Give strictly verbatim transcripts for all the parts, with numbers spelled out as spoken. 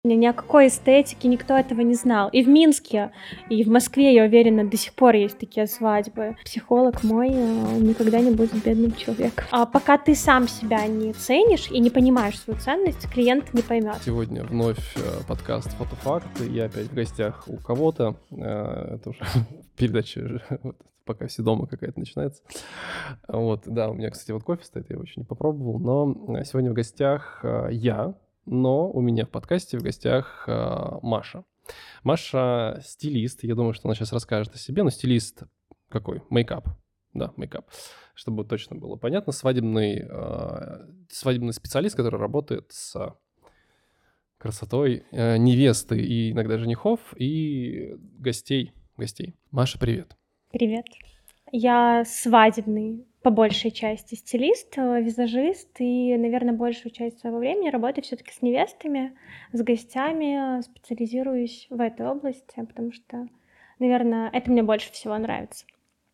Ни о какой эстетике никто этого не знал. И в Минске, и в Москве, я уверена, до сих пор есть такие свадьбы. Психолог мой э, никогда не будет бедным человеком. А пока ты сам себя не ценишь и не понимаешь свою ценность, клиент не поймет. Сегодня вновь э, подкаст «Фотофакт». Я опять в гостях у кого-то. Э, это уже передача, пока все дома какая-то начинается. Вот, да, у меня, кстати, вот кофе стоит, я его еще не попробовал. Но сегодня в гостях э, я, но у меня в подкасте в гостях э, Маша. Маша стилист. Я думаю, что она сейчас расскажет о себе, но стилист какой? Мейкап. Да, мейкап. Чтобы точно было понятно, свадебный, э, свадебный специалист, который работает с красотой э, невесты и иногда женихов и гостей. гостей. Маша, привет. Привет. Я свадебный, по большей части, стилист, э, визажист, и, наверное, большую часть своего времени работаю все-таки с невестами, с гостями, специализируюсь в этой области, потому что, наверное, это мне больше всего нравится.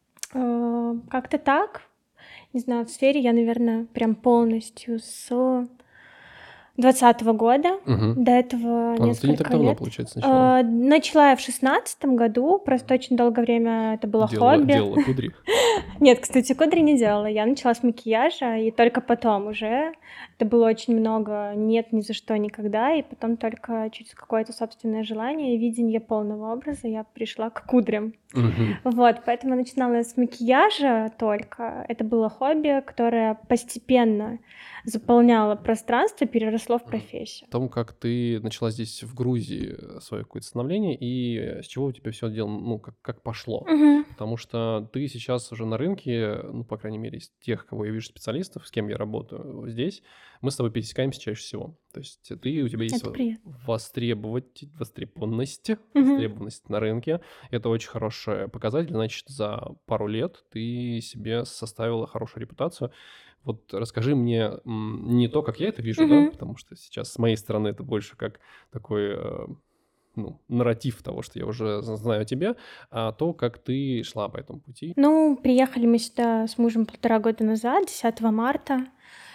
Э, Как-то так. Не знаю, в сфере я, наверное, прям полностью с двадцатого года. Угу. До этого А, ну ты не несколько так давно, лет. получается, начала. Э, Начала я в шестнадцатом году, просто очень долгое время это было Делала, хобби. делала кудри. Нет, кстати, кудри не делала. Я начала с макияжа, и только потом уже. Это было очень много нет, ни за что, никогда. И потом только через какое-то собственное желание и видение полного образа я пришла к кудрям. Мгм. Вот, поэтому я начинала с макияжа только. Это было хобби, которое постепенно заполняло пространство, переросло в Мгм. профессию. О том, как ты начала здесь в Грузии э, свое какое-то становление и э, с чего у тебя все дело, ну, как, как пошло. Мгм. Потому что ты сейчас уже на рынке, ну, по крайней мере, из тех, кого я вижу специалистов, с кем я работаю здесь, мы с тобой пересекаемся чаще всего. То есть ты, у тебя есть Это во- приятно. востребовать, востребованность, Мгм. востребованность на рынке. Это очень хороший показатель. Значит, за пару лет ты себе составила хорошую репутацию. Вот расскажи мне м, не то, как я это вижу, да, Мгм. потому что сейчас с моей стороны это больше как такой, э, ну, нарратив того, что я уже з- знаю о тебе, а то, как ты шла по этому пути. Ну, приехали мы сюда с мужем полтора года назад, десятого марта,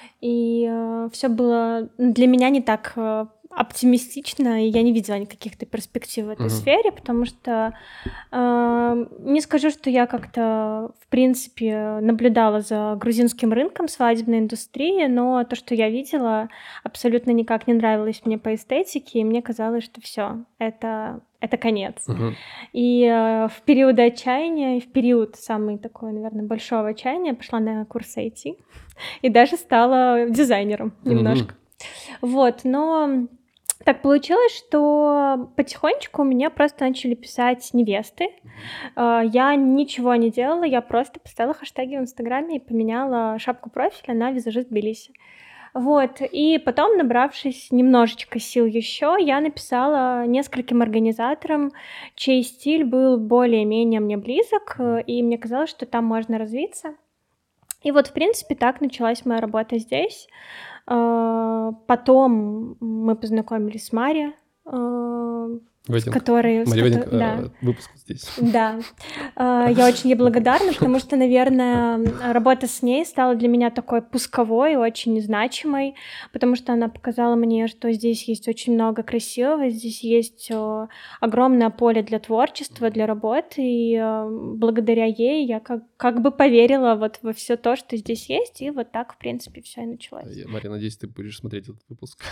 и все было для меня не так э, оптимистично, и я не видела никаких-то перспектив в этой Мгм. сфере, потому что э, не скажу, что я как-то, в принципе, наблюдала за грузинским рынком свадебной индустрии, но то, что я видела, абсолютно никак не нравилось мне по эстетике, и мне казалось, что все, это, это конец. Мгм. И э, в периоды отчаяния, и в период самый такой, наверное, большого отчаяния пошла на курс ай ти и даже стала дизайнером немножко. Мгм. Вот, но так получилось, что потихонечку меня просто начали писать невесты. А, Я ничего не делала, я просто поставила хэштеги в Инстаграме и поменяла шапку профиля на визажист Тбилиси. Вот, и потом, набравшись немножечко сил еще, я написала нескольким организаторам, чей стиль был более-менее мне близок, э, и мне казалось, что там можно развиться. И вот, в принципе, так началась моя работа здесь. А, Потом мы познакомились с Мари, а, с Wedding. которой, с Мари кото- Wedding, да, э, выпуск здесь. да. А, Я очень ей благодарна, потому что, наверное, м, работа с ней стала для меня такой пусковой, очень значимой, потому что она показала мне, что здесь есть очень много красивого, здесь есть э, огромное поле для творчества, для работы, и э, благодаря ей я как, как бы поверила вот во все то, что здесь есть, и вот так, в принципе, все и началось. Я, Мария, надеюсь, ты будешь смотреть этот выпуск.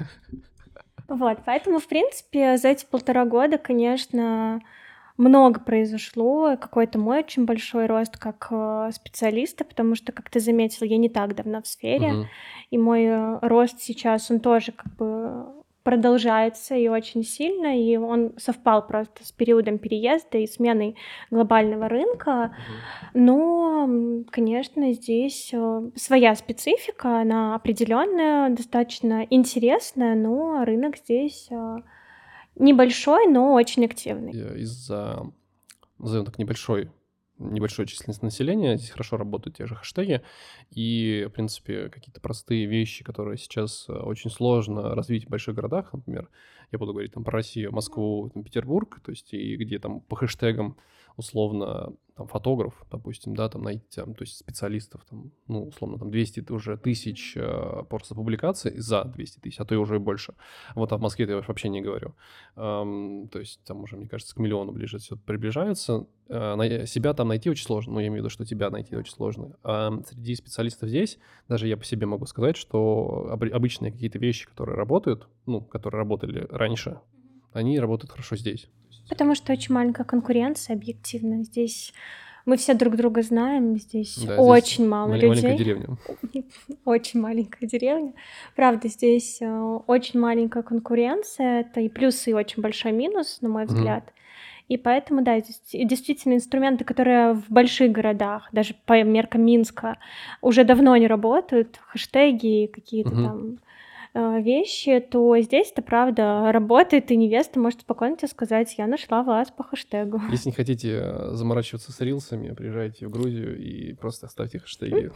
Вот, поэтому, в принципе, за эти полтора года, конечно, много произошло, какой-то мой очень большой рост как э, специалиста, потому что, как ты заметил, я не так давно в сфере, Мгм. и мой э, рост сейчас, он тоже как бы продолжается и очень сильно, и он совпал просто с периодом переезда и сменой глобального рынка. Мгм. Но, м, конечно, здесь э, своя специфика, она определенная, достаточно интересная, но рынок здесь э, небольшой, но очень активный. Э, Из-за, назовем так, небольшой небольшой численности населения, здесь хорошо работают те же хэштеги, и, в принципе, какие-то простые вещи, которые сейчас э, очень сложно развить в больших городах, например, я буду говорить там про Россию, Москву, там, Петербург, то есть и где там по хэштегам условно, там, фотограф, допустим, да, там, найти, там, то есть специалистов, там, ну, условно, там, двести уже тысяч э, просто публикаций, за двести тысяч, а то и уже и больше. Вот, а в Москве я вообще не говорю. Эм, то есть там уже, мне кажется, к миллиону ближе все приближается. Э, на- себя там найти очень сложно, ну, я имею в виду, что тебя найти очень сложно. А среди специалистов здесь, даже я по себе могу сказать, что обы- обычные какие-то вещи, которые работают, ну, которые работали раньше, они работают хорошо здесь. Потому что очень маленькая конкуренция, объективно. Здесь мы все друг друга знаем, здесь Да, здесь очень мало мал- маленькая людей. деревня. Очень маленькая деревня. Правда, здесь э, очень маленькая конкуренция. Это и плюс, и очень большой минус, на мой Мгм. взгляд. И поэтому, да, здесь действительно инструменты, которые в больших городах, даже по меркам Минска, уже давно не работают, хэштеги, какие-то Мгм. там э, вещи, то здесь это правда работает, и невеста может спокойно тебе сказать: я нашла вас по хэштегу. Если не хотите э, заморачиваться с рилсами, приезжайте в Грузию и просто оставьте хэштеги.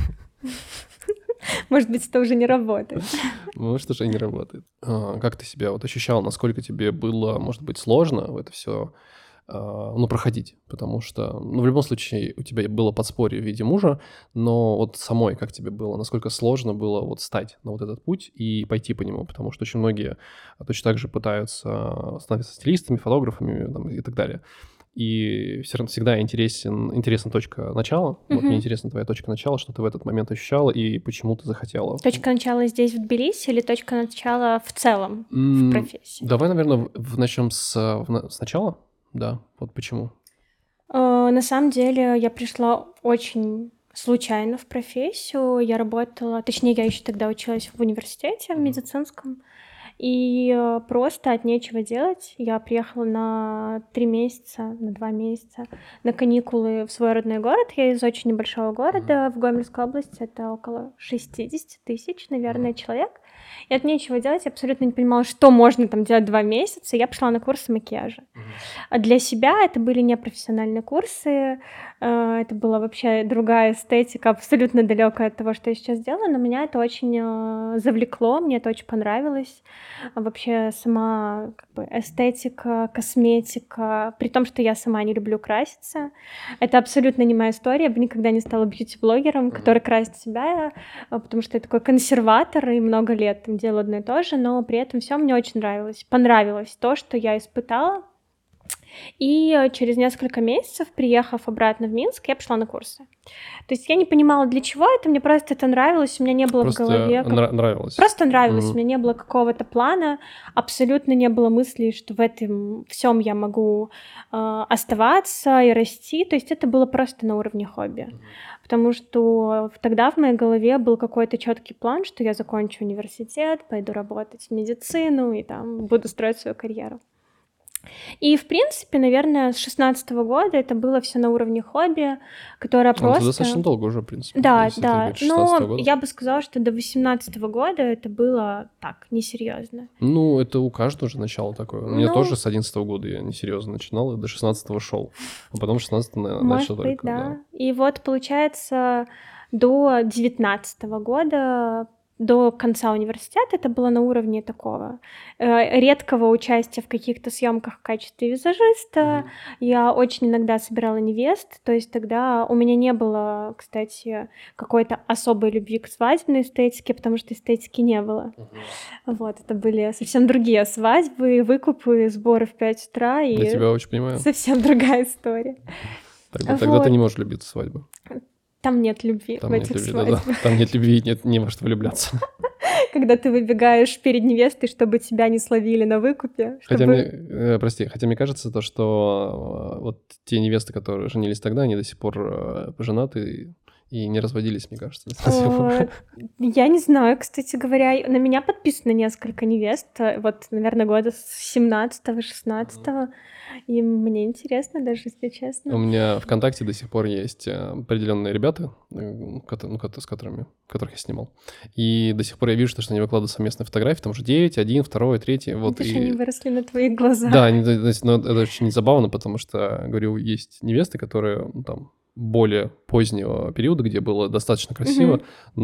Может быть, это уже не работает. Может, уже не работает. А, Как ты себя вот ощущал, насколько тебе было, может быть, сложно в это все, ну, проходить? Потому что, ну, в любом случае у тебя было подспорье в виде мужа, но вот самой как тебе было? Насколько сложно было вот стать на вот этот путь и пойти по нему? Потому что очень многие а, точно так же пытаются становиться стилистами, фотографами там, и так далее. И все равно всегда интересен, интересна точка начала. Вот мне Мгм. интересна твоя точка начала, что ты в этот момент ощущала и почему ты захотела. Точка начала здесь, в Тбилиси, или точка начала в целом в М, профессии? Давай, наверное, начнем с, э, в на- сначала. Да, вот почему. Э, На самом деле я пришла очень случайно в профессию. Я работала, точнее, я еще тогда училась в университете в Мгм. медицинском. И э, просто от нечего делать я приехала на три месяца, на два месяца на каникулы в свой родной город. Я из очень небольшого города в Гомельской области. Это около шестьдесят тысяч, наверное, Мгм. человек. И от нечего делать я абсолютно не понимала, что можно там делать два месяца. Я пошла на курсы макияжа. Мгм. А для себя это были непрофессиональные курсы, э, это была вообще другая эстетика, абсолютно далекая от того, что я сейчас делаю, но меня это очень э, завлекло, мне это очень понравилось. А вообще сама как бы эстетика, косметика, при том, что я сама не люблю краситься, это абсолютно не моя история, я бы никогда не стала бьюти-блогером, Мгм. который красит себя, э, потому что я такой консерватор и много лет там делаю одно и то же, но при этом все мне очень нравилось. Понравилось то, что я испытала. И э, через несколько месяцев, приехав обратно в Минск, я пошла на курсы. То есть я не понимала, для чего это, мне просто это нравилось, у меня не было в Просто голове... как- нра- нравилось. Просто нравилось, у Мгм. меня не было какого-то плана, абсолютно не было мысли, что в этом всем я могу э, оставаться и расти. То есть это было просто на уровне хобби. Мгм. Потому что тогда в моей голове был какой-то четкий план, что я закончу университет, пойду работать в медицину и там буду строить свою карьеру. И, в принципе, наверное, с шестнадцатого года это было все на уровне хобби, которое Ну, ты достаточно просто... долго уже, в принципе, Да, если ты да, говоришь шестнадцатого но года. я бы сказала, что до восемнадцатого года это было так, несерьезно. Ну, это у каждого же начало такое. У меня Ну, тоже с одиннадцатого года я несерьезно начинал, и до шестнадцатого шел. А потом шестнадцатого на- может начал быть, только, да. да. И вот, получается, до девятнадцатого года, до конца университета это было на уровне такого э, редкого участия в каких-то съемках в качестве визажиста. Мгм. Я очень иногда собирала невест, то есть тогда у меня не было, кстати, какой-то особой любви к свадебной эстетике, потому что эстетики не было. Мгм. Вот, это были совсем другие свадьбы, выкупы, сборы в пять утра, Я и тебя очень понимаю. совсем другая история. Тогда, тогда ты Вот. не можешь любиться свадьбы. Там нет любви в Там нет этих любви, да-да. свадьбах. Там нет любви, нет не во что влюбляться. Когда ты выбегаешь перед невестой, чтобы тебя не словили на выкупе, Хотя мне, чтобы... э, прости, хотя мне кажется то, что э, вот те невесты, которые женились тогда, они до сих пор э, женаты и не разводились, мне кажется, до сих пор. Э, Я не знаю, кстати говоря, на меня подписано несколько невест, э, вот, наверное, года с семнадцатого шестнадцатого, и мне интересно даже, если У честно. меня ВКонтакте до сих пор есть э, определенные ребята, э, кото- ну, кото- с которыми, которых я снимал. И до сих пор я вижу, что они выкладывают совместные фотографии, там уже девять, один, два, три. Вот, Видишь, и... они выросли на твоих глазах. Да, они, то есть, ну, это очень забавно, потому что, говорю, есть невесты, которые ну, там более позднего периода, где было достаточно красиво, Мгм.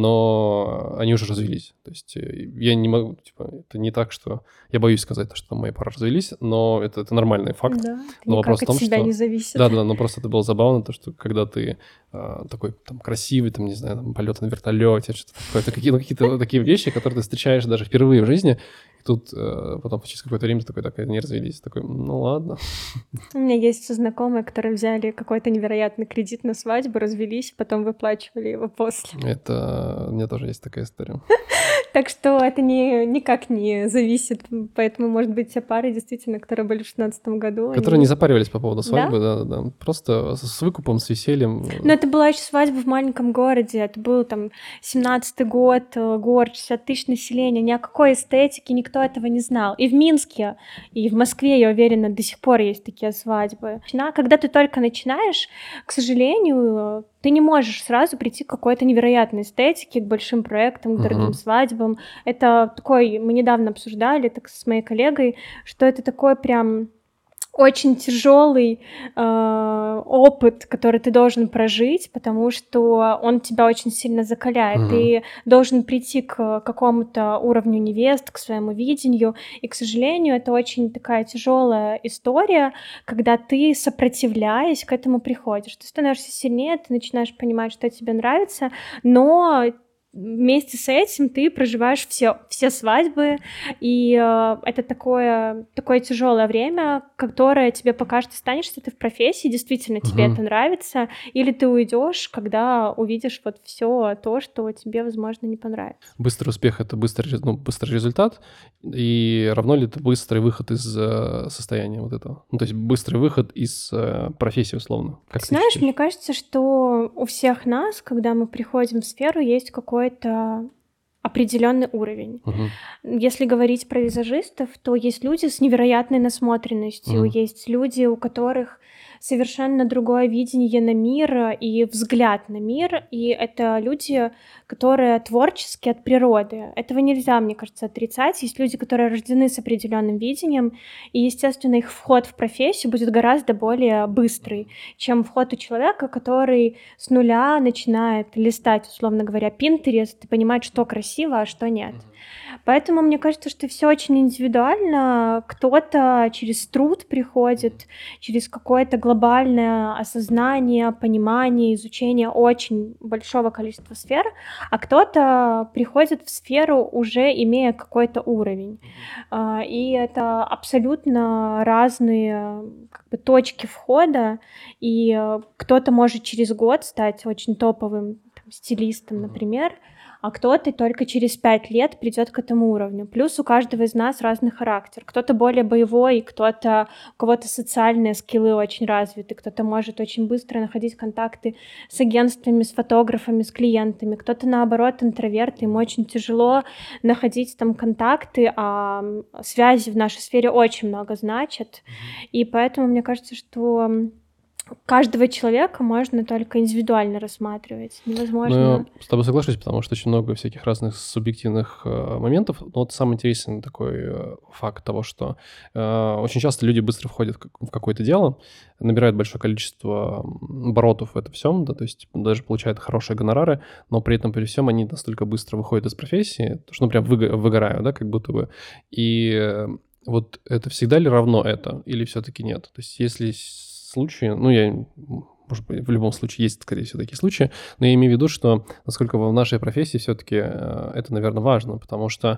но они уже развелись. То есть э, я не могу, типа, это не так, что... Я боюсь сказать, что мои пары развелись, но это, это нормальный факт. Да, это Но вопрос никак в от том, тебя не что... зависит. Да-да, но просто это было забавно, то, что когда ты а, такой там красивый, там, не знаю, там, полет на вертолете, что-то такое, это какие- ну, какие-то вот такие вещи, которые ты встречаешь даже впервые в жизни, и тут э, потом через какое-то время ты такой, так, они развелись. Такой, ну ладно. У меня есть знакомые, которые взяли какой-то невероятный кредит на свадьбу, развелись, потом выплачивали его после. Это... У меня тоже есть такая история. Так что это не, никак не зависит. Поэтому, может быть, те пары, действительно, которые были в шестнадцатом году, Которые не они... запаривались по поводу Да? свадьбы, да-да-да. Просто с с выкупом, с весельем. Но это была еще свадьба в маленьком городе. Это был там семнадцатый год, э, город, шестьдесят тысяч населения. Ни о какой эстетике никто этого не знал. И в Минске, и в Москве, я уверена, до сих пор есть такие свадьбы. Начина- Когда ты только начинаешь, к сожалению, э, ты не можешь сразу прийти к какой-то невероятной эстетике, к большим проектам, к дорогим Мгм. свадьбам. Это такой, мы недавно обсуждали так с моей коллегой, что это такой прям очень тяжелый э, опыт, который ты должен прожить, потому что он тебя очень сильно закаляет. Мгм. Ты должен прийти к какому-то уровню невест, к своему видению. И, к сожалению, это очень такая тяжелая история, когда ты, сопротивляясь, к этому приходишь. Ты становишься сильнее, ты начинаешь понимать, что тебе нравится, но вместе с этим ты проживаешь все, все свадьбы, и э, это такое, такое тяжелое время, которое тебе покажет, останешься ты в профессии, действительно тебе Мгм. это нравится, или ты уйдешь, когда увидишь вот все то, что тебе, возможно, не понравится. Быстрый успех — это быстрый, рез- ну, быстрый результат, и равно ли это быстрый выход из э, состояния вот этого? Ну, то есть быстрый выход из э, профессии, условно. Ты Как ты знаешь, считаешь? мне кажется, что у всех нас, когда мы приходим в сферу, есть какой-то определенный уровень. Мгм. Если говорить про визажистов, то есть люди с невероятной насмотренностью, Мгм. есть люди, у которых совершенно другое видение на мир и взгляд на мир, и это люди, которые творчески от природы. Этого нельзя, мне кажется, отрицать. Есть люди, которые рождены с определенным видением, и, естественно, их вход в профессию будет гораздо более быстрый, чем вход у человека, который с нуля начинает листать, условно говоря, Pinterest и понимать, что красиво, а что нет. Поэтому мне кажется, что все очень индивидуально. Кто-то через труд приходит, через какое-то глобальное осознание, понимание, изучение очень большого количества сфер, а кто-то приходит в сферу, уже имея какой-то уровень. А, И это абсолютно разные как бы, точки входа, и э, кто-то может через год стать очень топовым там, стилистом, например, а кто-то только через пять лет придет к этому уровню. Плюс у каждого из нас разный характер. Кто-то более боевой, кто-то, у кого-то социальные скиллы очень развиты, кто-то может очень быстро находить контакты с агентствами, с фотографами, с клиентами, кто-то, наоборот, интроверт, ему очень тяжело находить там контакты, а м, связи в нашей сфере очень много значат. И поэтому мне кажется, что м, каждого человека можно только индивидуально рассматривать. Ну, Невозможно. я с тобой соглашусь, потому что очень много всяких разных субъективных э, моментов. Но вот самый интересный такой э, факт того, что э, очень часто люди быстро входят в как- в какое-то дело, набирают большое количество м, оборотов в этом всем, да, то есть даже получают хорошие гонорары, но при этом при всем они настолько быстро выходят из профессии, что ну прям выго- выгорают, да, как будто бы. И э, вот это всегда ли равно это, или все-таки нет? То есть если с- случаи, ну я м, может быть, в любом случае есть, скорее всего, такие случаи, но я имею в виду, что насколько в нашей профессии все-таки это, наверное, важно, потому что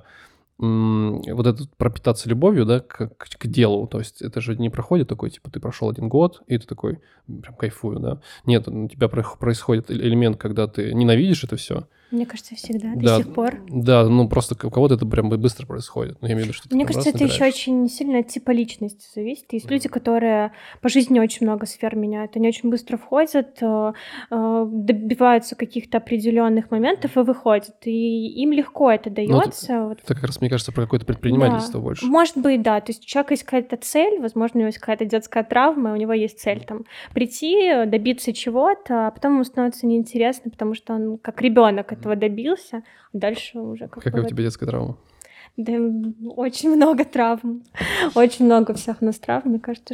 м, вот это пропитаться любовью, да, к, к- к делу, то есть это же не проходит такой, типа, ты прошел один год, и ты такой, м, прям кайфую, да. Нет, у тебя прох- происходит э- элемент, когда ты ненавидишь это все. Мне кажется, всегда, до Да, сих пор. да, ну просто у кого-то это прям быстро происходит. Ну, я имею в виду, что ты Мне там кажется, раз это еще набираешься. очень сильно от типа личности зависит. Есть люди, которые по жизни очень много сфер меняют. Они очень быстро входят, э, э, добиваются каких-то определенных моментов и выходят. И им легко это Ну, это, дается. Вот. это как раз, мне кажется, про какое-то Да, предпринимательство больше. может быть, да. То есть у человека есть какая-то цель, возможно, у него есть какая-то детская травма, и у него есть цель там прийти, добиться чего-то, а потом ему становится неинтересно, потому что он как ребенок этого добился, а дальше уже как Какая бы у вот. тебя детская травма? Да, м, очень много травм, очень много всех у нас травм. Мне кажется,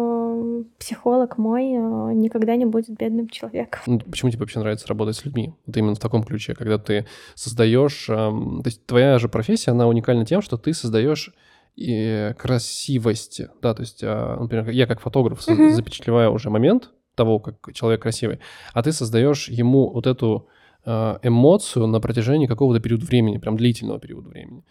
что психолог мой, э, никогда не будет бедным человеком. Ну, почему тебе вообще нравится работать с людьми? Вот именно в таком ключе, когда ты создаешь, ам, то есть твоя же профессия, она уникальна тем, что ты создаешь и красивость, да, то есть, а, например, я как фотограф с Мгм. запечатлеваю уже момент того, как человек красивый, а ты создаешь ему вот эту, а, эмоцию на протяжении какого-то периода времени, прям длительного периода времени.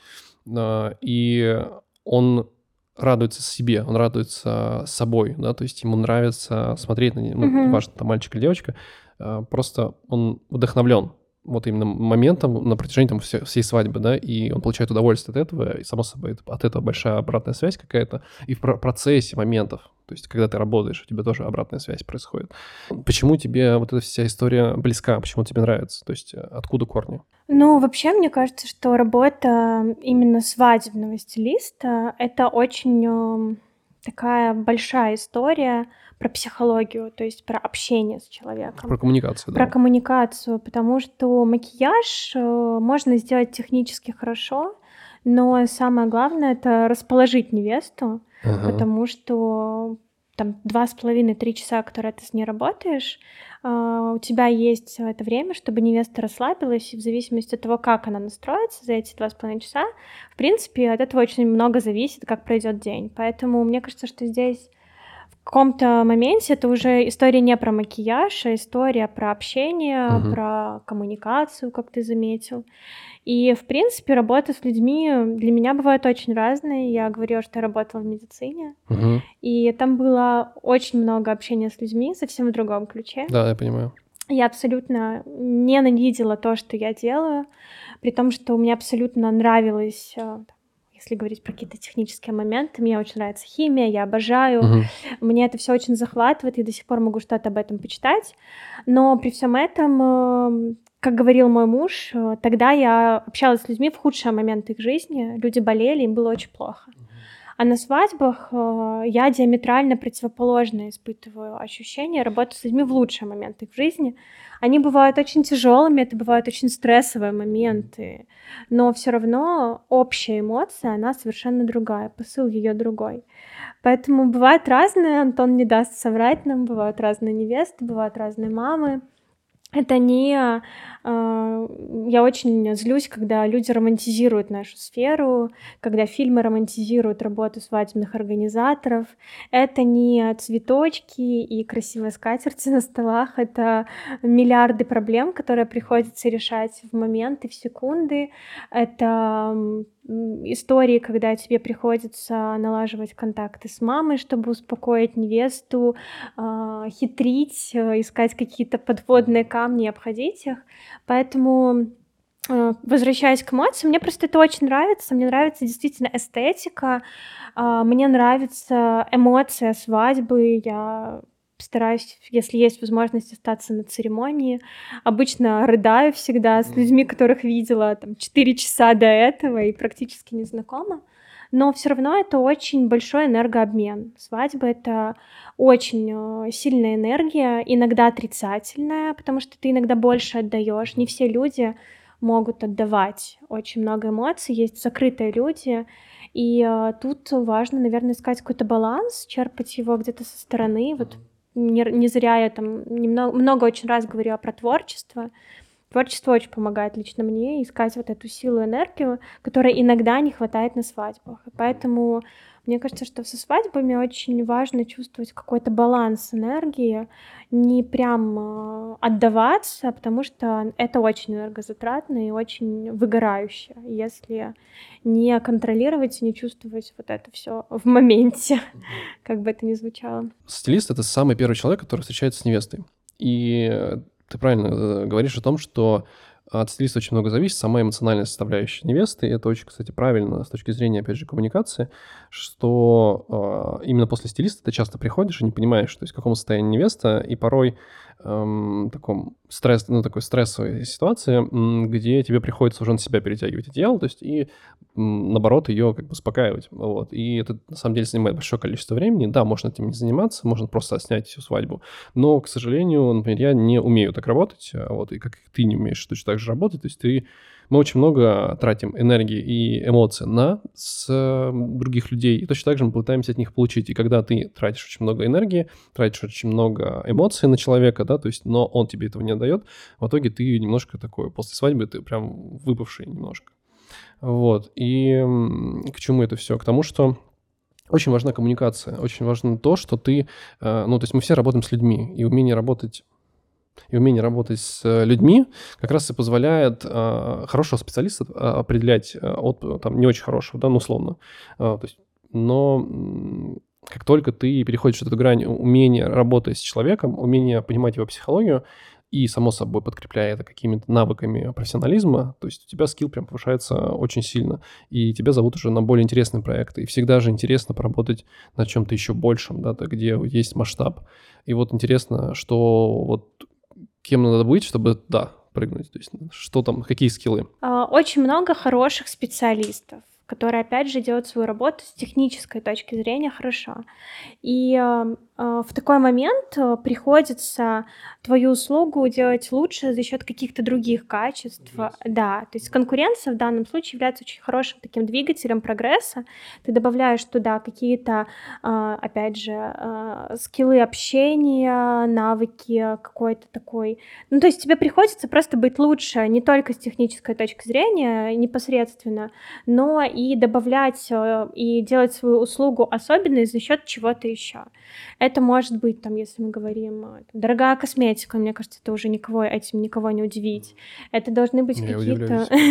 А, и он радуется себе, он радуется собой, да, то есть ему нравится смотреть на неё, ну, Мгм. неважно, там мальчик или девочка, а, просто он вдохновлен вот именно моментом на протяжении там все всей свадьбы, да, и он получает удовольствие от этого, и, само собой, это от этого большая обратная связь какая-то. И в про процессе моментов, то есть когда ты работаешь, у тебя тоже обратная связь происходит. Почему тебе вот эта вся история близка? Почему тебе нравится? То есть, э, откуда корни? Ну, вообще, мне кажется, что работа именно свадебного стилиста — это очень, ам, такая большая история про психологию, то есть про общение с человеком, Про коммуникацию, про да. коммуникацию. Потому что макияж, э, можно сделать технически хорошо, но самое главное — это расположить невесту, Ага. потому что там два с половиной три часа, которые ты с ней работаешь, а, у тебя есть это время, чтобы невеста расслабилась, и в зависимости от того, как она настроится за эти два с половиной часа, в принципе, от этого очень много зависит, как пройдет день. Поэтому мне кажется, что здесь в каком-то моменте это уже история не про макияж, а история про общение, Мгм. про коммуникацию, как ты заметил. И, в принципе, работа с людьми для меня бывает очень разной. Я говорила, что я работала в медицине, Мгм. и там было очень много общения с людьми, совсем в другом ключе. Да, я понимаю. Я абсолютно ненавидела то, что я делаю, при том, что мне абсолютно нравилось, э, там, если говорить про какие-то технические моменты, мне очень нравится химия, я обожаю, Мгм. мне это все очень захватывает, и до сих пор могу что-то об этом почитать. Но при всем этом, эм, как говорил мой муж, э, тогда я общалась с людьми в худшие моменты их жизни. Люди болели, им было очень плохо. А на свадьбах, э, я диаметрально противоположное испытываю ощущение работы с людьми в лучшие моменты их жизни. Они бывают очень тяжелыми, это бывают очень стрессовые моменты, но все равно общая эмоция, она совершенно другая, посыл ее другой. Поэтому бывает разное, Антон не даст соврать нам, бывают разные невесты, бывают разные мамы. Это не, а, я очень злюсь, когда люди романтизируют нашу сферу, когда фильмы романтизируют работу свадебных организаторов. Это не цветочки и красивые скатерти на столах, это миллиарды проблем, которые приходится решать в момент и в секунды. Это, м, м, истории, когда тебе приходится налаживать контакты с мамой, чтобы успокоить невесту, а, хитрить, э, искать какие-то подводные камни, обходить их. Поэтому, э, возвращаясь к эмоциям, мне просто это очень нравится. Мне нравится действительно эстетика, а, мне нравится эмоция свадьбы. Я стараюсь, если есть возможность, остаться на церемонии. Обычно рыдаю всегда с людьми, которых видела там четыре часа до этого и практически не знакома. Но все равно это очень большой энергообмен. Свадьба — это очень, э, сильная энергия, иногда отрицательная, потому что ты иногда больше отдаёшь. Не все люди могут отдавать очень много эмоций, есть закрытые люди. И, э, тут важно, наверное, искать какой-то баланс, черпать его где-то со стороны. Вот не р не зря я там немно много очень раз говорила про творчество. Творчество очень помогает лично мне искать вот эту силу, энергию, которой иногда не хватает на свадьбах. И поэтому мне кажется, что со свадьбами очень важно чувствовать какой-то баланс энергии, не прям, а, отдаваться, потому что это очень энергозатратно и очень выгорающе, если не контролировать и не чувствовать вот это все в моменте, как бы это ни звучало. Стилист — это самый первый человек, который встречается с невестой. И, э, ты правильно, э, говоришь о том, что от стилиста очень много зависит, сама эмоциональная составляющая невесты. И это очень, кстати, правильно с точки зрения, опять же, коммуникации, что, а, именно после стилиста ты часто приходишь и не понимаешь, то есть в каком состоянии невеста, и порой, эм, таком стресс ну, такой стрессовой ситуации, м, где тебе приходится уже на себя перетягивать одеяло, то есть и, м, наоборот, ее как бы успокаивать. Вот. И это, на самом деле, занимает большое количество времени. Да, можно этим не заниматься, можно просто отснять всю свадьбу. Но, к сожалению, например, я не умею так работать, а, вот, и как ты не умеешь точно так же работать. То есть ты мы очень много тратим энергии и эмоций на с, э, других людей, и точно так же мы пытаемся от них получить. И когда ты тратишь очень много энергии, тратишь очень много эмоций на человека, да, то есть, но он тебе этого не отдает, в итоге ты немножко такой, после свадьбы ты прям выпавший немножко. Вот, и м, к чему это все? К тому, что очень важна коммуникация, очень важно то, что ты, э, ну, то есть мы все работаем с людьми, и умение работать и умение работать с э, людьми как раз и позволяет э, хорошего специалиста э, определять э, от э, там не очень хорошего, да, ну, условно. Э, то есть, но м, как только ты переходишь эту грань умения работать с человеком, умения понимать его психологию, и, само собой, подкрепляя это какими-то навыками профессионализма, то есть у тебя скилл прям повышается очень сильно, и тебя зовут уже на более интересные проекты. И всегда же интересно поработать над чем-то еще большим, да, то, где есть масштаб. И вот интересно, что вот кем надо быть, чтобы, да, прыгнуть, то есть что там, какие скиллы? А, Очень много хороших специалистов, которые, опять же, делают свою работу с технической точки зрения хорошо. И а, а, в такой момент а, приходится твою услугу делать лучше за счет каких-то других качеств. Прогресс. Да, то есть конкуренция в данном случае является очень хорошим таким двигателем прогресса. Ты добавляешь туда какие-то, а, опять же, а, скиллы общения, навыки какой-то такой. Ну, то есть тебе приходится просто быть лучше не только с технической точки зрения непосредственно, но и добавлять э, и делать свою услугу особенной за счет чего-то еще. Это может быть, там, если мы говорим, э, там, дорогая косметика, мне кажется, это уже никого этим никого не удивить. Это должны быть Я какие-то удивляюсь.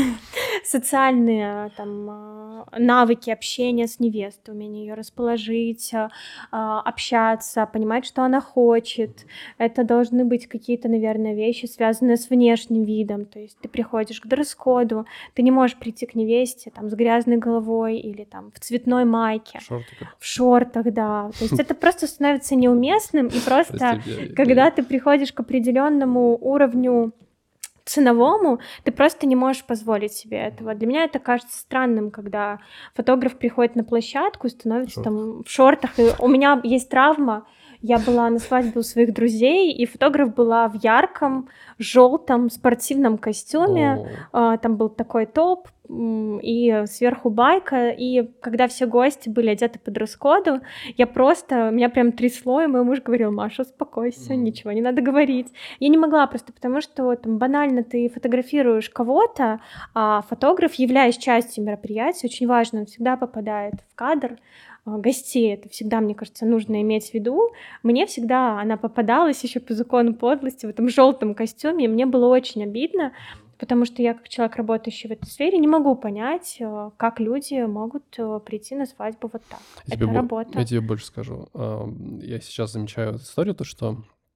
социальные там а, навыки общения с невестой, умение ее расположить, а, а, общаться, понимать, что она хочет. Это должны быть какие-то, наверное, вещи, связанные с внешним видом. То есть ты приходишь к дресс-коду, ты не можешь прийти к невесте там с грязной головой или там в цветной майке, В шортиках. в шортах, да. То есть это просто становится неуместным, и просто Прости, я- я- когда ты приходишь к определенному уровню ценовому, ты просто не можешь позволить себе этого. Для меня это кажется странным, когда фотограф приходит на площадку и становится В там в шортах. И у меня есть травма. Я была на свадьбе у своих друзей, и фотограф была в ярком, желтом спортивном костюме. О, А, Там был такой топ, м, и сверху байка. И когда все гости были одеты по дресс-коду, я просто, меня прям трясло, и мой муж говорил: Маша, успокойся, Мгм. ничего не надо говорить. Я не могла просто, потому что там банально ты фотографируешь кого-то, а фотограф, являясь частью мероприятия, очень важно, он всегда попадает в кадр а, гостей. Это всегда, мне кажется, нужно иметь в виду. Мне всегда она попадалась еще по закону подлости в этом желтом костюме, и мне было очень обидно, потому что я, как человек, работающий в этой сфере, не могу понять, э, как люди могут э, прийти на свадьбу вот так. я тебе, Это бо- я работа. тебе больше скажу. Ам, Я сейчас замечаю эту историю, то, что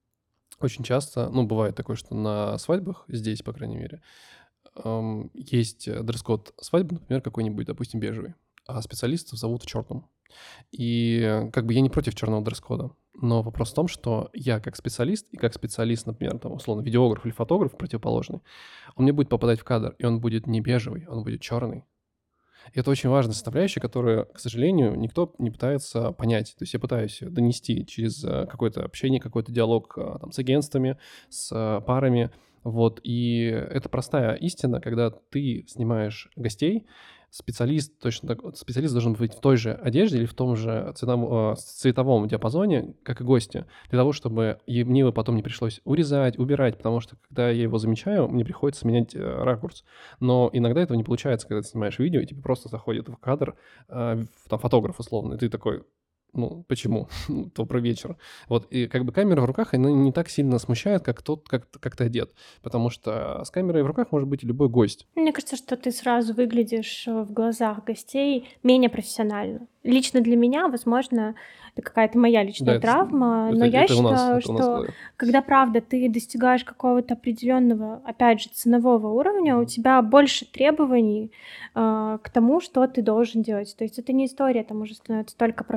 очень часто, ну, бывает такое, что на свадьбах, здесь, по крайней мере, ам, есть э, дресс-код свадьбы, например, какой-нибудь, допустим, бежевый, а специалистов зовут в черном. И э, как бы я не против черного дресс-кода, но вопрос в том, что я как специалист и как специалист, например, там, условно, видеограф или фотограф противоположный, он мне будет попадать в кадр, и он будет не бежевый, он будет черный. И это очень важная составляющая, которую, к сожалению, никто не пытается понять. То есть я пытаюсь её донести через э, какое-то общение, какой-то диалог э, там, с агентствами, с э, парами. Вот. И это простая истина, когда ты снимаешь гостей, специалист точно так, вот специалист должен быть в той же одежде или в том же цветовом, э, цветовом диапазоне, как и гости, для того, чтобы и мне его потом не пришлось урезать, убирать, потому что когда я его замечаю, мне приходится менять э, ракурс. Но иногда этого не получается, когда ты снимаешь видео, и тебе просто заходит в кадр э, в- там фотограф условно, и ты такой, ну, почему? Ну, добрый вечер. Вот, и как бы камера в руках, она не так сильно смущает, как тот, как, как ты одет. Потому что с камерой в руках может быть и любой гость. Мне кажется, что ты сразу выглядишь э, в глазах гостей менее профессионально. Лично для меня, возможно, это какая-то моя Да, личная это, с- травма, это, но я это у нас, считаю, это у нас в что голове. когда, правда, ты достигаешь какого-то определенного, опять же, ценового уровня, у Мгм. тебя больше требований э, к тому, что ты должен делать. То есть это не история, там уже становится только про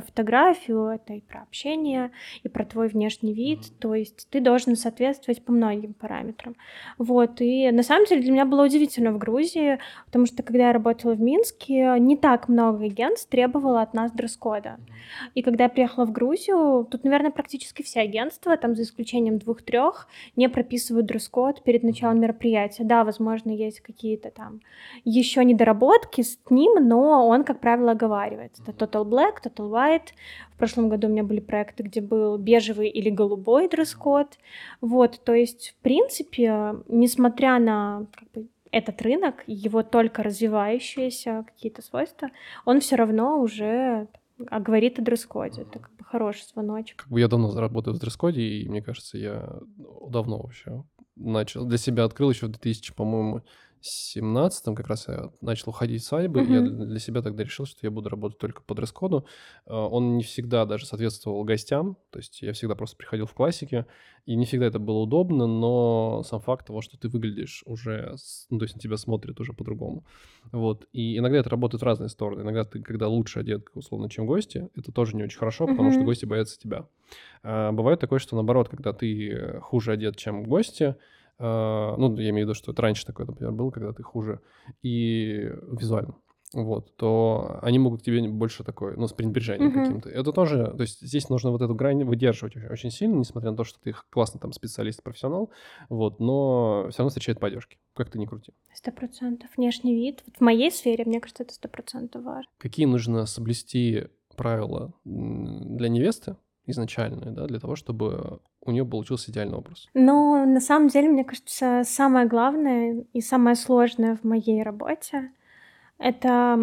фотографию, это и про общение, и про твой внешний вид. То есть ты должен соответствовать по многим параметрам. Вот. И на самом деле для меня было удивительно в Грузии, потому что когда я работала в Минске, не так много агентств требовало от нас дресс-кода. И когда я приехала в Грузию, тут, наверное, практически все агентства, там за исключением двух-трех, не прописывают дресс-код перед началом мероприятия. Да, возможно, есть какие-то там еще недоработки с ним, но он, как правило, оговаривается. Это Total Black, Total White. В прошлом году у меня были проекты, где был бежевый или голубой дресс-код. Вот, то есть, в принципе, несмотря на как бы, этот рынок, его только развивающиеся какие-то свойства, он все равно уже говорит о дресс-коде. Это как бы хороший звоночек. Как бы я давно работаю в дресс-коде, и мне кажется, я давно вообще начал, для себя открыл еще в две тысячи, по-моему, семнадцатом как раз я начал уходить в свадьбы, и я Мгм. для себя тогда решил, что я буду работать только по дресс-коду. А, Он не всегда даже соответствовал гостям, то есть я всегда просто приходил в классике, и не всегда это было удобно, но сам факт того, что ты выглядишь уже, с- ну, то есть на тебя смотрят уже по-другому. Вот. И иногда это работает в разные стороны. Иногда ты, когда лучше одет, условно, чем гости, это тоже не очень хорошо, потому что Мгм. гости боятся тебя. А, Бывает такое, что наоборот, когда ты э, хуже одет, чем гости, а, ну, я имею в виду, что это раньше такое, например, было, когда ты хуже и визуально, вот, то они могут к тебе больше такое, ну, с пренебрежением Мгм. каким-то. Это тоже, то есть здесь нужно вот эту грань выдерживать очень, очень сильно, несмотря на то, что ты классный там специалист, профессионал, вот, но все равно встречает поддержки, как ты ни крути. Сто процентов. Внешний вид. Вот в моей сфере, мне кажется, это сто процентов важно. Какие нужно соблюсти правила м, для невесты изначальные, да, для того, чтобы у нее получился идеальный образ? Но на самом деле, мне кажется, самое главное и самое сложное в моей работе — это,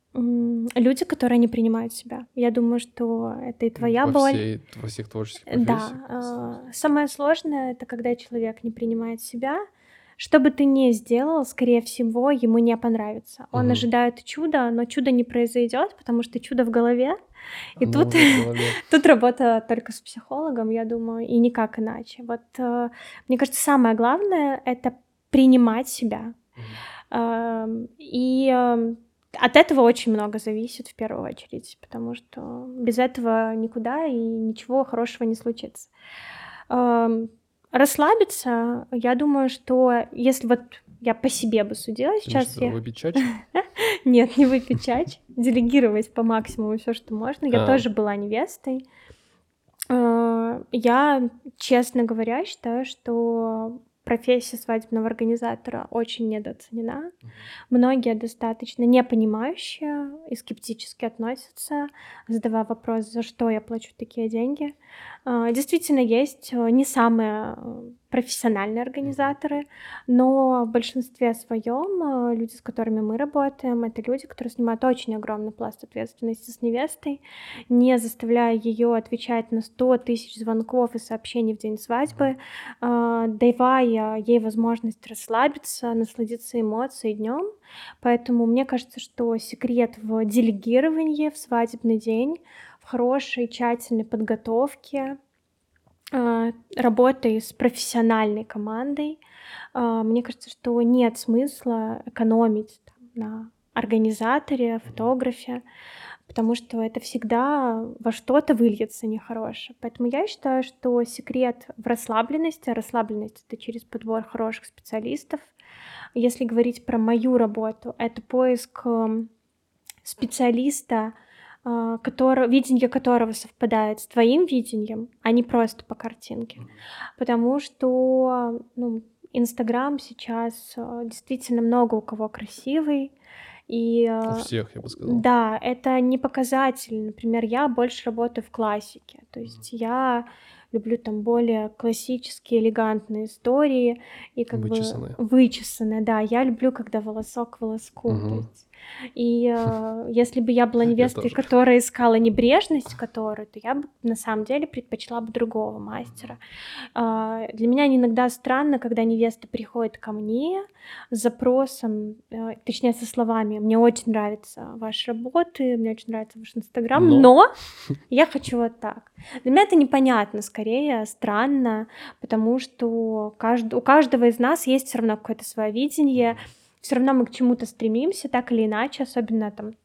м, люди, которые не принимают себя. Я думаю, что это и твоя Во боль. всей, во всех творческих Э, Да, профессиях. а, самое сложное — это когда человек не принимает себя. Что бы ты ни сделал, скорее всего, ему не понравится. Он Мгм. ожидает чуда, но чудо не произойдет, потому что чудо в голове. И Оно тут уже в голове. тут работа только с психологом, я думаю, и никак иначе. Вот, э, мне кажется, самое главное — это принимать себя. Мгм. Ам, и, ам, от этого очень много зависит в первую очередь, потому что без этого никуда и ничего хорошего не случится. Ам, расслабиться, я думаю, что если вот я по себе бы судила Ты имеешь в сейчас, виду я выпить чачи? нет, не выпить чач, делегировать по максимуму все, что можно. Я А, тоже была невестой. А, я, честно говоря, считаю, что профессия свадебного организатора очень недооценена. мгм. Многие достаточно непонимающие и скептически относятся, задавая вопрос, за что я плачу такие деньги. А, Действительно, есть э, не самые э, профессиональные Мгм. организаторы, но в большинстве своем э, люди, с которыми мы работаем, это люди, которые снимают очень огромный пласт ответственности с невестой, не заставляя ее отвечать на сто тысяч звонков и сообщений в день свадьбы, а, давая ей возможность расслабиться, насладиться эмоцией днем. Поэтому мне кажется, что секрет в делегировании в свадебный день, в хорошей тщательной подготовке, а, работой с профессиональной командой. А, Мне кажется, что нет смысла экономить там на организаторе, Мгм. фотографе, потому что это всегда во что-то выльется нехорошее. Поэтому я считаю, что секрет в расслабленности, а расслабленность — это через подбор хороших специалистов. Если говорить про мою работу, это поиск, м, специалиста, а, котор видение которого совпадает с твоим видением, а не просто по картинке. Мгм. Потому что, ну, "Инстаграм" сейчас, а, действительно много у кого красивый. И, У а, всех, я бы сказал. да, это не показатель. Например, я больше работаю в классике. То Мгм. есть я люблю там более классические, элегантные истории и как бы Вычесанные. вычесанные. Да, я люблю, когда волосок к волоску. То Мгм. есть и, э, если бы я была Я невестой, тоже. которая искала небрежность которую, то я бы на самом деле предпочла бы другого мастера. А, для меня иногда странно, когда невеста приходит ко мне с запросом, э, точнее, со словами: "Мне очень нравятся ваши работы, мне очень нравится ваш Инстаграм, Но но я хочу вот так". Для меня это непонятно, скорее странно, потому что кажд у каждого из нас есть всё равно какое-то свое видение, Мгм. всё равно мы к чему-то стремимся, так или иначе, особенно там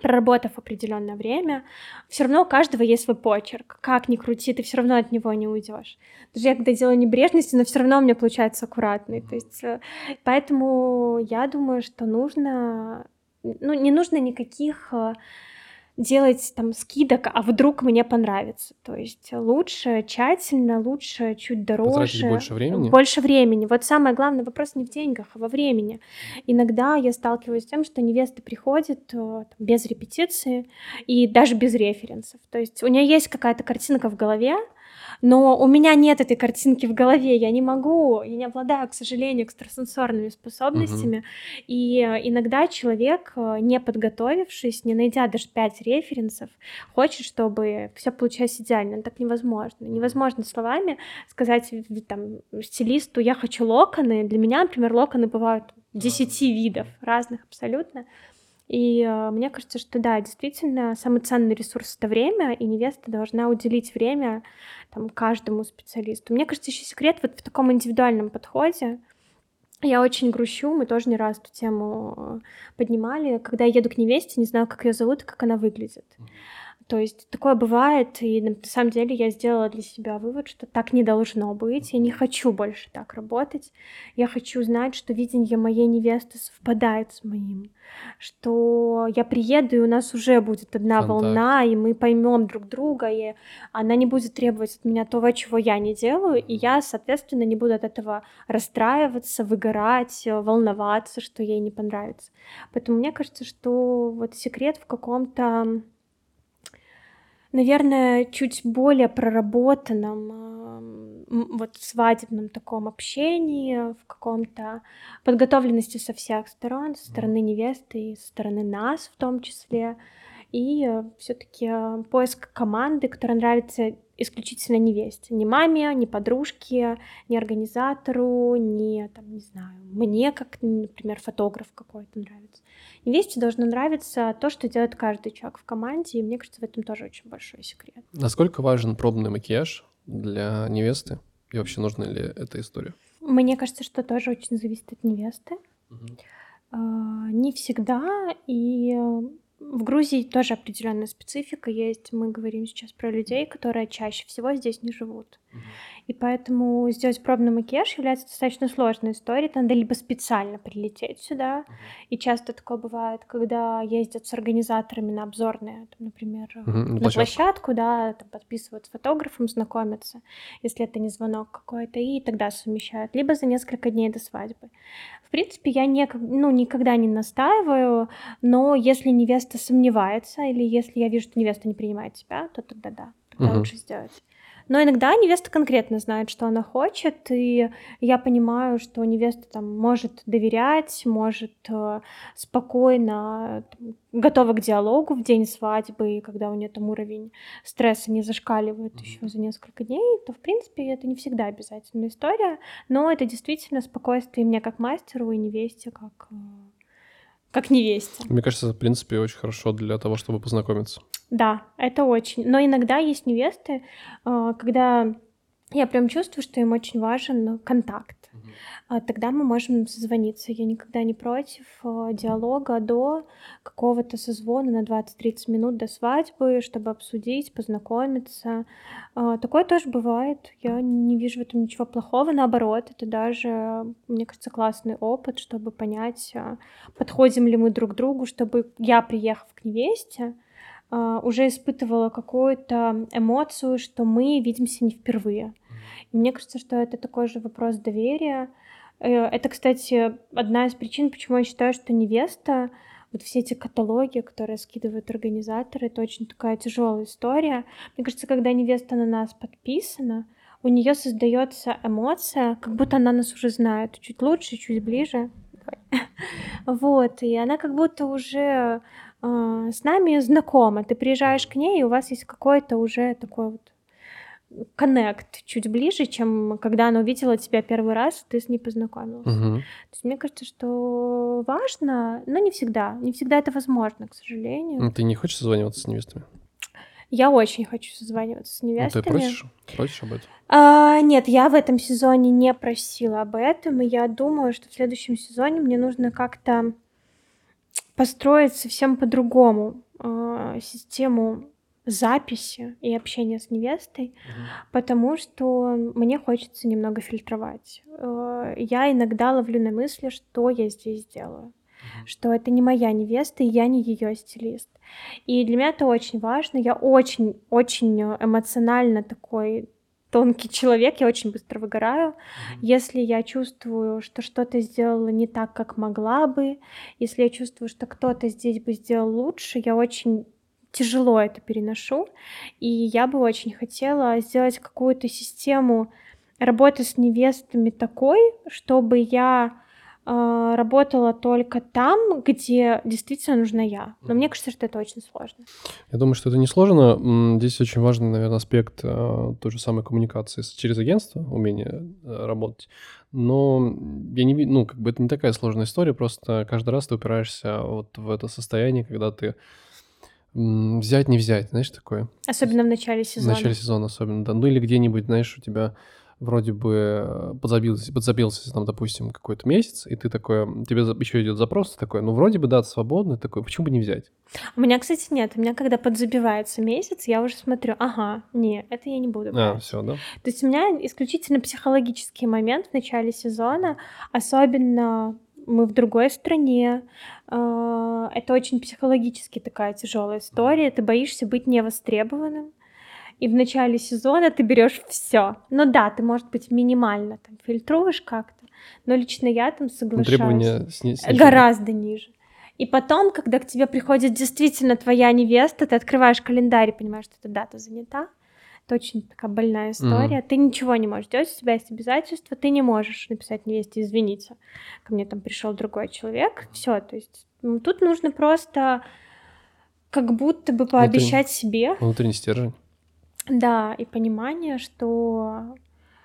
проработав определенное время, все равно у каждого есть свой почерк. Как ни крути, ты все равно от него не уйдешь. Даже я когда делаю небрежности, но все равно у меня получается аккуратный. То есть, э, поэтому я думаю, что нужно, ну, не нужно никаких э, делать там скидок, а вдруг мне понравится. То есть лучше тщательно, лучше чуть Потратить дороже, больше времени? больше времени. Вот самое главное вопрос не в деньгах, а во времени. Иногда я сталкиваюсь с тем, что невесты приходят э, там, без репетиции и даже без референсов. То есть у нее есть какая-то картинка в голове, но у меня нет этой картинки в голове, я не могу, я не обладаю, к сожалению, экстрасенсорными Мгм. способностями. И э, иногда человек, э, не подготовившись, не найдя даже пять референсов, хочет, чтобы все получилось идеально. Но так невозможно. Невозможно словами сказать в- там, стилисту: я хочу локоны. Для меня, например, локоны бывают десяти видов, разных абсолютно. И э, мне кажется, что да, действительно, самый ценный ресурс — это время, и невеста должна уделить время там, каждому специалисту. Мне кажется, еще секрет вот в таком индивидуальном подходе. Я очень грущу, мы тоже не раз эту тему э, поднимали. Когда я еду к невесте, не знаю, как ее зовут и как она выглядит. То есть такое бывает, и на на самом деле я сделала для себя вывод, что так не должно быть. Я не хочу больше так работать. Я хочу знать, что видение моей невесты совпадает с моим, что я приеду, и у нас уже будет одна Контакт. волна, и мы поймем друг друга, и она не будет требовать от меня того, чего я не делаю, и я, соответственно, не буду от этого расстраиваться, выгорать, э, волноваться, что ей не понравится. Поэтому мне кажется, что вот секрет в каком-то, наверное, чуть более проработанном, ам, м, вот свадебном таком общении, в каком-то подготовленности со всех сторон, со стороны невесты и со стороны нас в том числе. И все таки поиск команды, которая нравится исключительно невесте. Не маме, не подружке, не организатору, не, там, не знаю, мне, как, например, фотограф какой-то нравится. Невесте должно нравиться то, что делает каждый человек в команде, и мне кажется, в этом тоже очень большой секрет. Насколько важен пробный макияж для невесты? И вообще нужна ли эта история? Мне кажется, что тоже очень зависит от невесты. Мгм. А, Не всегда, и э, в Грузии тоже определенная специфика есть. Мы говорим сейчас про людей, которые чаще всего здесь не живут. Мгм. И поэтому сделать пробный макияж является достаточно сложной историей. Это надо либо специально прилететь сюда, Мгм. и часто такое бывает, когда ездят с организаторами на обзорные, там, например, э, Мгм. На на площадку. площадку, да, там подписывают с фотографом, знакомятся, если это не звонок какой-то, и тогда совмещают, либо за несколько дней до свадьбы. В принципе, я не, ну, никогда не настаиваю, но если невеста сомневается, или если я вижу, что невеста не принимает себя, то тогда да, тогда Мгм. лучше сделать. Но иногда невеста конкретно знает, что она хочет, и я понимаю, что невеста там может доверять, может э, спокойно, там, готова к диалогу в день свадьбы, и когда у нее там уровень стресса не зашкаливает Мгм. еще за несколько дней, то в принципе это не всегда обязательная история, но это действительно спокойствие мне как мастеру и невесте как, э, как невесте. Мне кажется, в принципе, очень хорошо для того, чтобы познакомиться. Да, это очень. Но иногда есть невесты, а, когда я прям чувствую, что им очень важен контакт. Мгм. А, Тогда мы можем созвониться. Я никогда не против а, диалога до какого-то созвона на двадцать-тридцать минут до свадьбы, чтобы обсудить, познакомиться. А, Такое тоже бывает. Я не вижу в этом ничего плохого. Наоборот, это даже, мне кажется, классный опыт, чтобы понять, а, подходим ли мы друг другу, чтобы я, приехав к невесте, а, уже испытывала какую-то эмоцию, что мы видимся не впервые. И мне кажется, что это такой же вопрос доверия. Э, Это, кстати, одна из причин, почему я считаю, что невеста, вот все эти каталоги, которые скидывают организаторы, это очень такая тяжелая история. Мне кажется, когда невеста на нас подписана, у нее создается эмоция, как будто она нас уже знает чуть лучше, чуть ближе. Вот, и она как будто уже а, с нами знакома. Ты приезжаешь к ней, и у вас есть какой-то уже такой вот коннект чуть ближе, чем когда она увидела тебя первый раз, ты с ней познакомился. Мгм. То есть мне кажется, что важно, но не всегда. Не всегда это возможно, к сожалению. Ну, ты не хочешь созваниваться с невестами? Я очень хочу созваниваться с Ну, ты невестами. просишь? Просишь об этом? А, нет, я в этом сезоне не просила об этом, и я думаю, что в следующем сезоне мне нужно как-то построить совсем по-другому а, систему записи и общения с невестой, Мгм. потому что мне хочется немного фильтровать. Э, я иногда ловлю на мысли, что я здесь делаю, Мгм. что это не моя невеста, и я не её стилист. И для меня это очень важно. Я очень очень эмоционально такой тонкий человек, я очень быстро выгораю. Мгм. Если я чувствую, что что-то сделала не так, как могла бы, если я чувствую, что кто-то здесь бы сделал лучше, я очень тяжело это переношу. И я бы очень хотела сделать какую-то систему работы с невестами такой, чтобы я, а, работала только там, где действительно нужна я. Но мне Мгм. кажется, что это очень сложно. Я думаю, что это несложно. М, здесь очень важный, наверно, аспект, а, той же самой коммуникации с через агентство, умение, э, работать. Но, м, я не ви ну, как бы это не такая сложная история, просто каждый раз ты упираешься вот в это состояние, когда ты, м, взять не взять, знаешь, такое. То есть Особенно в начале в начале сезона. сезона особенно, да. Ну или где-нибудь, знаешь, у тебя вроде бы, э, подзабился подзабился там, допустим, какой-то месяц, и ты такой, м, тебе за ещё идёт запрос, ты такой: "Ну, вроде бы дата свободная". Такой: "Почему бы не взять?" У меня, кстати, нет. У меня когда подзабивается месяц, я уже смотрю: ага, не, это я не буду А, брать. всё, да? То есть у меня исключительно психологический момент в начале сезона, особенно мы в другой стране. А, это очень психологически такая тяжёлая Мгм. история. Ты боишься быть невостребованным, и в начале сезона ты берёшь всё. Ну да, ты, может быть, минимально там фильтруешь как-то, но лично я там Ну, соглашаюсь, требования сни э, снижены. гораздо ниже. И потом, когда к тебе приходит действительно твоя невеста, ты открываешь календарь и понимаешь, что эта дата занята. Это очень такая больная Мгм. история. Ты ничего не можешь делать, у тебя есть обязательства, ты не можешь написать невесте: "Извините, ко мне там пришёл другой человек". Мгм. Всё, то есть, м, тут нужно просто как будто бы Внутренний пообещать себе внутренний стержень. Да, и понимание, что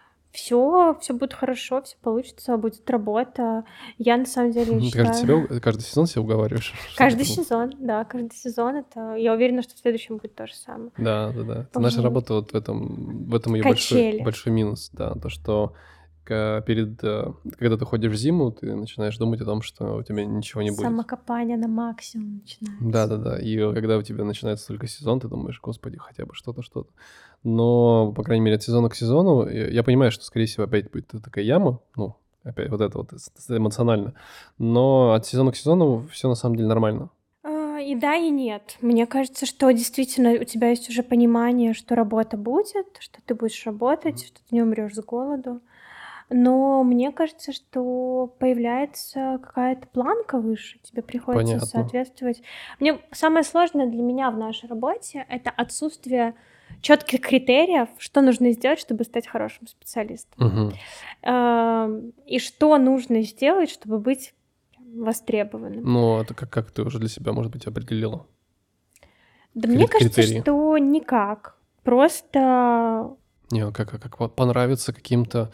всё всё будет хорошо, всё получится, будет работа. Я на самом деле Ты каждый считаю себя у каждый сезон себя уговариваешь, чтобы Каждый это было? сезон, да, каждый сезон это я уверена, что в следующем будет то же самое. Да, да-да. Это наша Вот. работа вот в этом в этом её большой Качели. большой минус, да. То, что ка перед, э, когда ты ходишь в зиму, ты начинаешь думать о том, что у тебя ничего не будет. Самокопание на максимум начинается. Да-да-да. И вот когда у тебя начинается только сезон, ты думаешь: "Господи, хотя бы что-то, что-то". Но, по крайней мере, от сезона к сезону я я понимаю, что, скорее всего, опять будет т такая яма. Ну, опять вот это вот с с эмоционально. Но от сезона к сезону всё на самом деле нормально. А, и да, и нет. Мне кажется, что действительно у тебя есть уже понимание, что работа будет, что ты будешь работать, Мгм. что ты не умрёшь с голоду. Но мне кажется, что появляется какая-то планка выше, тебе приходится Понятно. соответствовать. Мне самое сложное для меня в нашей работе- это отсутствие чётких критериев, что нужно сделать, чтобы стать хорошим специалистом. Мгм. Ам, и что нужно сделать, чтобы быть востребованным. Ну, это как как ты уже для себя, может быть, определила? Да мне Крит кажется, критерии. что никак. Просто Не, ну как как по понравится каким-то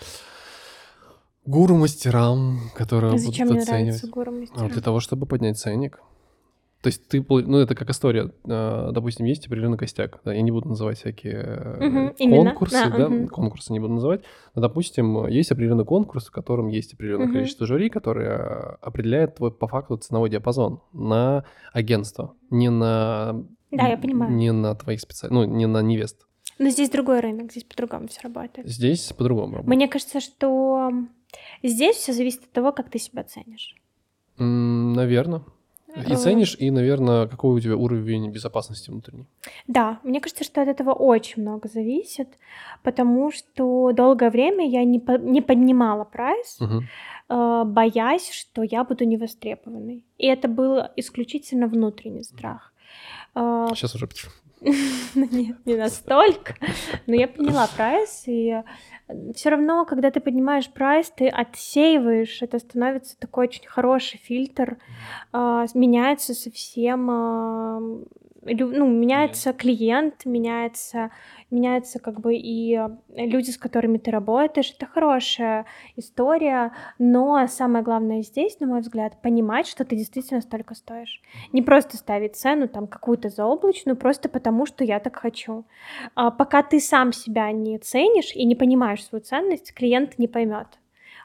гуру-мастерам, которые Зачем будут мне нравятся оценивать. А для гуру-мастера? того, чтобы поднять ценник. То есть ты пол ну, это как история. А, допустим, есть определенный костяк, да, я не буду называть всякие, э, Мгм. Именно. конкурсы, А, да, мгм. конкурсы не буду называть. Но, допустим, есть определенный конкурс, в котором есть определенное Мгм. количество жюри, которое определяет твой по факту ценовой диапазон на агентство, не на Да, я ль понимаю. не на твоих спеца ну, не на невест. Но здесь другой рынок, здесь по-другому всё работает. Здесь по-другому Мне работает. кажется, что здесь всё зависит от того, как ты себя ценишь. М, наверно. И Э ценишь, и, наверно, какой у тебя уровень безопасности внутренней. Да, мне кажется, что от этого очень много зависит, потому что долгое время я не по не поднимала прайс, Мгм. э, боясь, что я буду невостребованной. И это был исключительно внутренний Мгм. страх. А Щас уже почему Ну нет, не настолько. Но я подняла прайс, и, э, всё равно, когда ты поднимаешь прайс, ты отсеиваешь, это становится такой очень хороший фильтр. Мгм. А, с меняется совсем, ам, лю ну, Клиент. меняется клиент, меняется меняется как бы и люди, с которыми ты работаешь. Это хорошая история, но самое главное здесь, на мой взгляд, понимать, что ты действительно столько стоишь. Мгм. Не просто ставить цену там какую-то заоблачную, просто потому что я так хочу. А пока ты сам себя не ценишь и не понимаешь свою ценность, клиент не поймёт.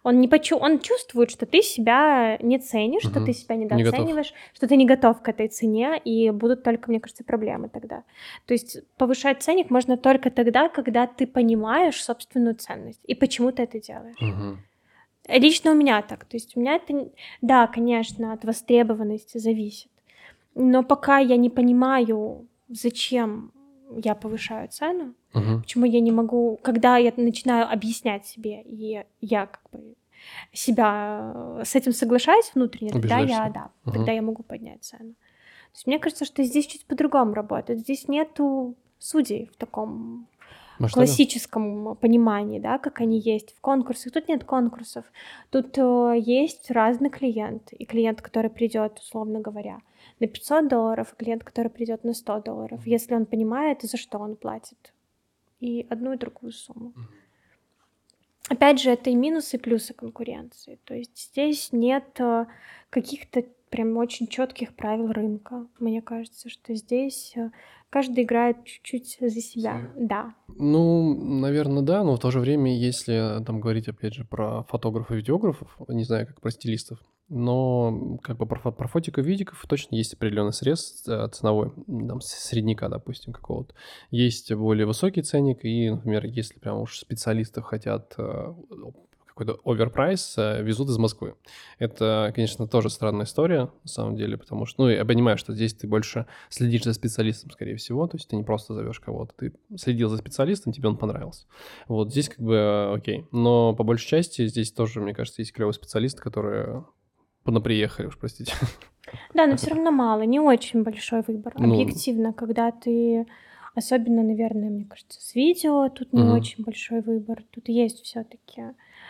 Он не почу он чувствует, что ты себя не ценишь, что ты Мгм. себя Не готов. недооцениваешь, что ты не готов к этой цене, и будут только, мне кажется, проблемы тогда. То есть повышать ценник можно только тогда, когда ты понимаешь собственную ценность и почему ты это делаешь. Мгм. Лично у меня так. То есть у меня это, н- да, конечно, от востребованности зависит. Но пока я не понимаю, зачем я повышаю цену, Мгм. почему я не могу, когда я начинаю объяснять себе, и я как бы себя э, с этим соглашаюсь внутренне, тогда Убеждаешь я, себя. да, Мгм. тогда я могу поднять цену. То есть мне кажется, что здесь чуть по-другому работает. Здесь нету судей в таком Масштабе? классическом понимании, да, как они есть в конкурсах. Тут нет конкурсов. Тут э, есть разный клиент. И клиент, который придет, условно говоря, на пятьсот долларов, и клиент, который придет на сто долларов, если он понимает, за что он платит. И одну, и другую сумму. Опять же, это и минусы, и плюсы конкуренции. То есть здесь нет э, каких-то прям очень четких правил рынка. Мне кажется, что здесь э, каждый играет чуть-чуть за себя. Свою. Да. Ну, наверное, да, но в то же время, если там говорить, опять же, про фотографов и видеографов, не знаю, как про стилистов, но как бы про, фо- про фотиков и видиков точно есть определенный срез э, ценовой, м, там, с- средняка, допустим, какого-то. Есть более высокий ценник, и, например, если прям уж специалисты хотят э, какой-то оверпрайс, э, везут из Москвы. Это, конечно, тоже странная история, на самом деле, потому что, ну, я понимаю, что здесь ты больше следишь за специалистом, скорее всего, то есть ты не просто зовешь кого-то, ты следил за специалистом, тебе он понравился. Вот здесь как бы э, окей, но по большей части здесь тоже, мне кажется, есть клевые специалисты, которые понаприехали уж, простите. Да, но все равно мало, не очень большой выбор. Ну, Объективно, когда ты, особенно, наверное, мне кажется, с видео, тут не мгм. очень большой выбор. Тут есть все-таки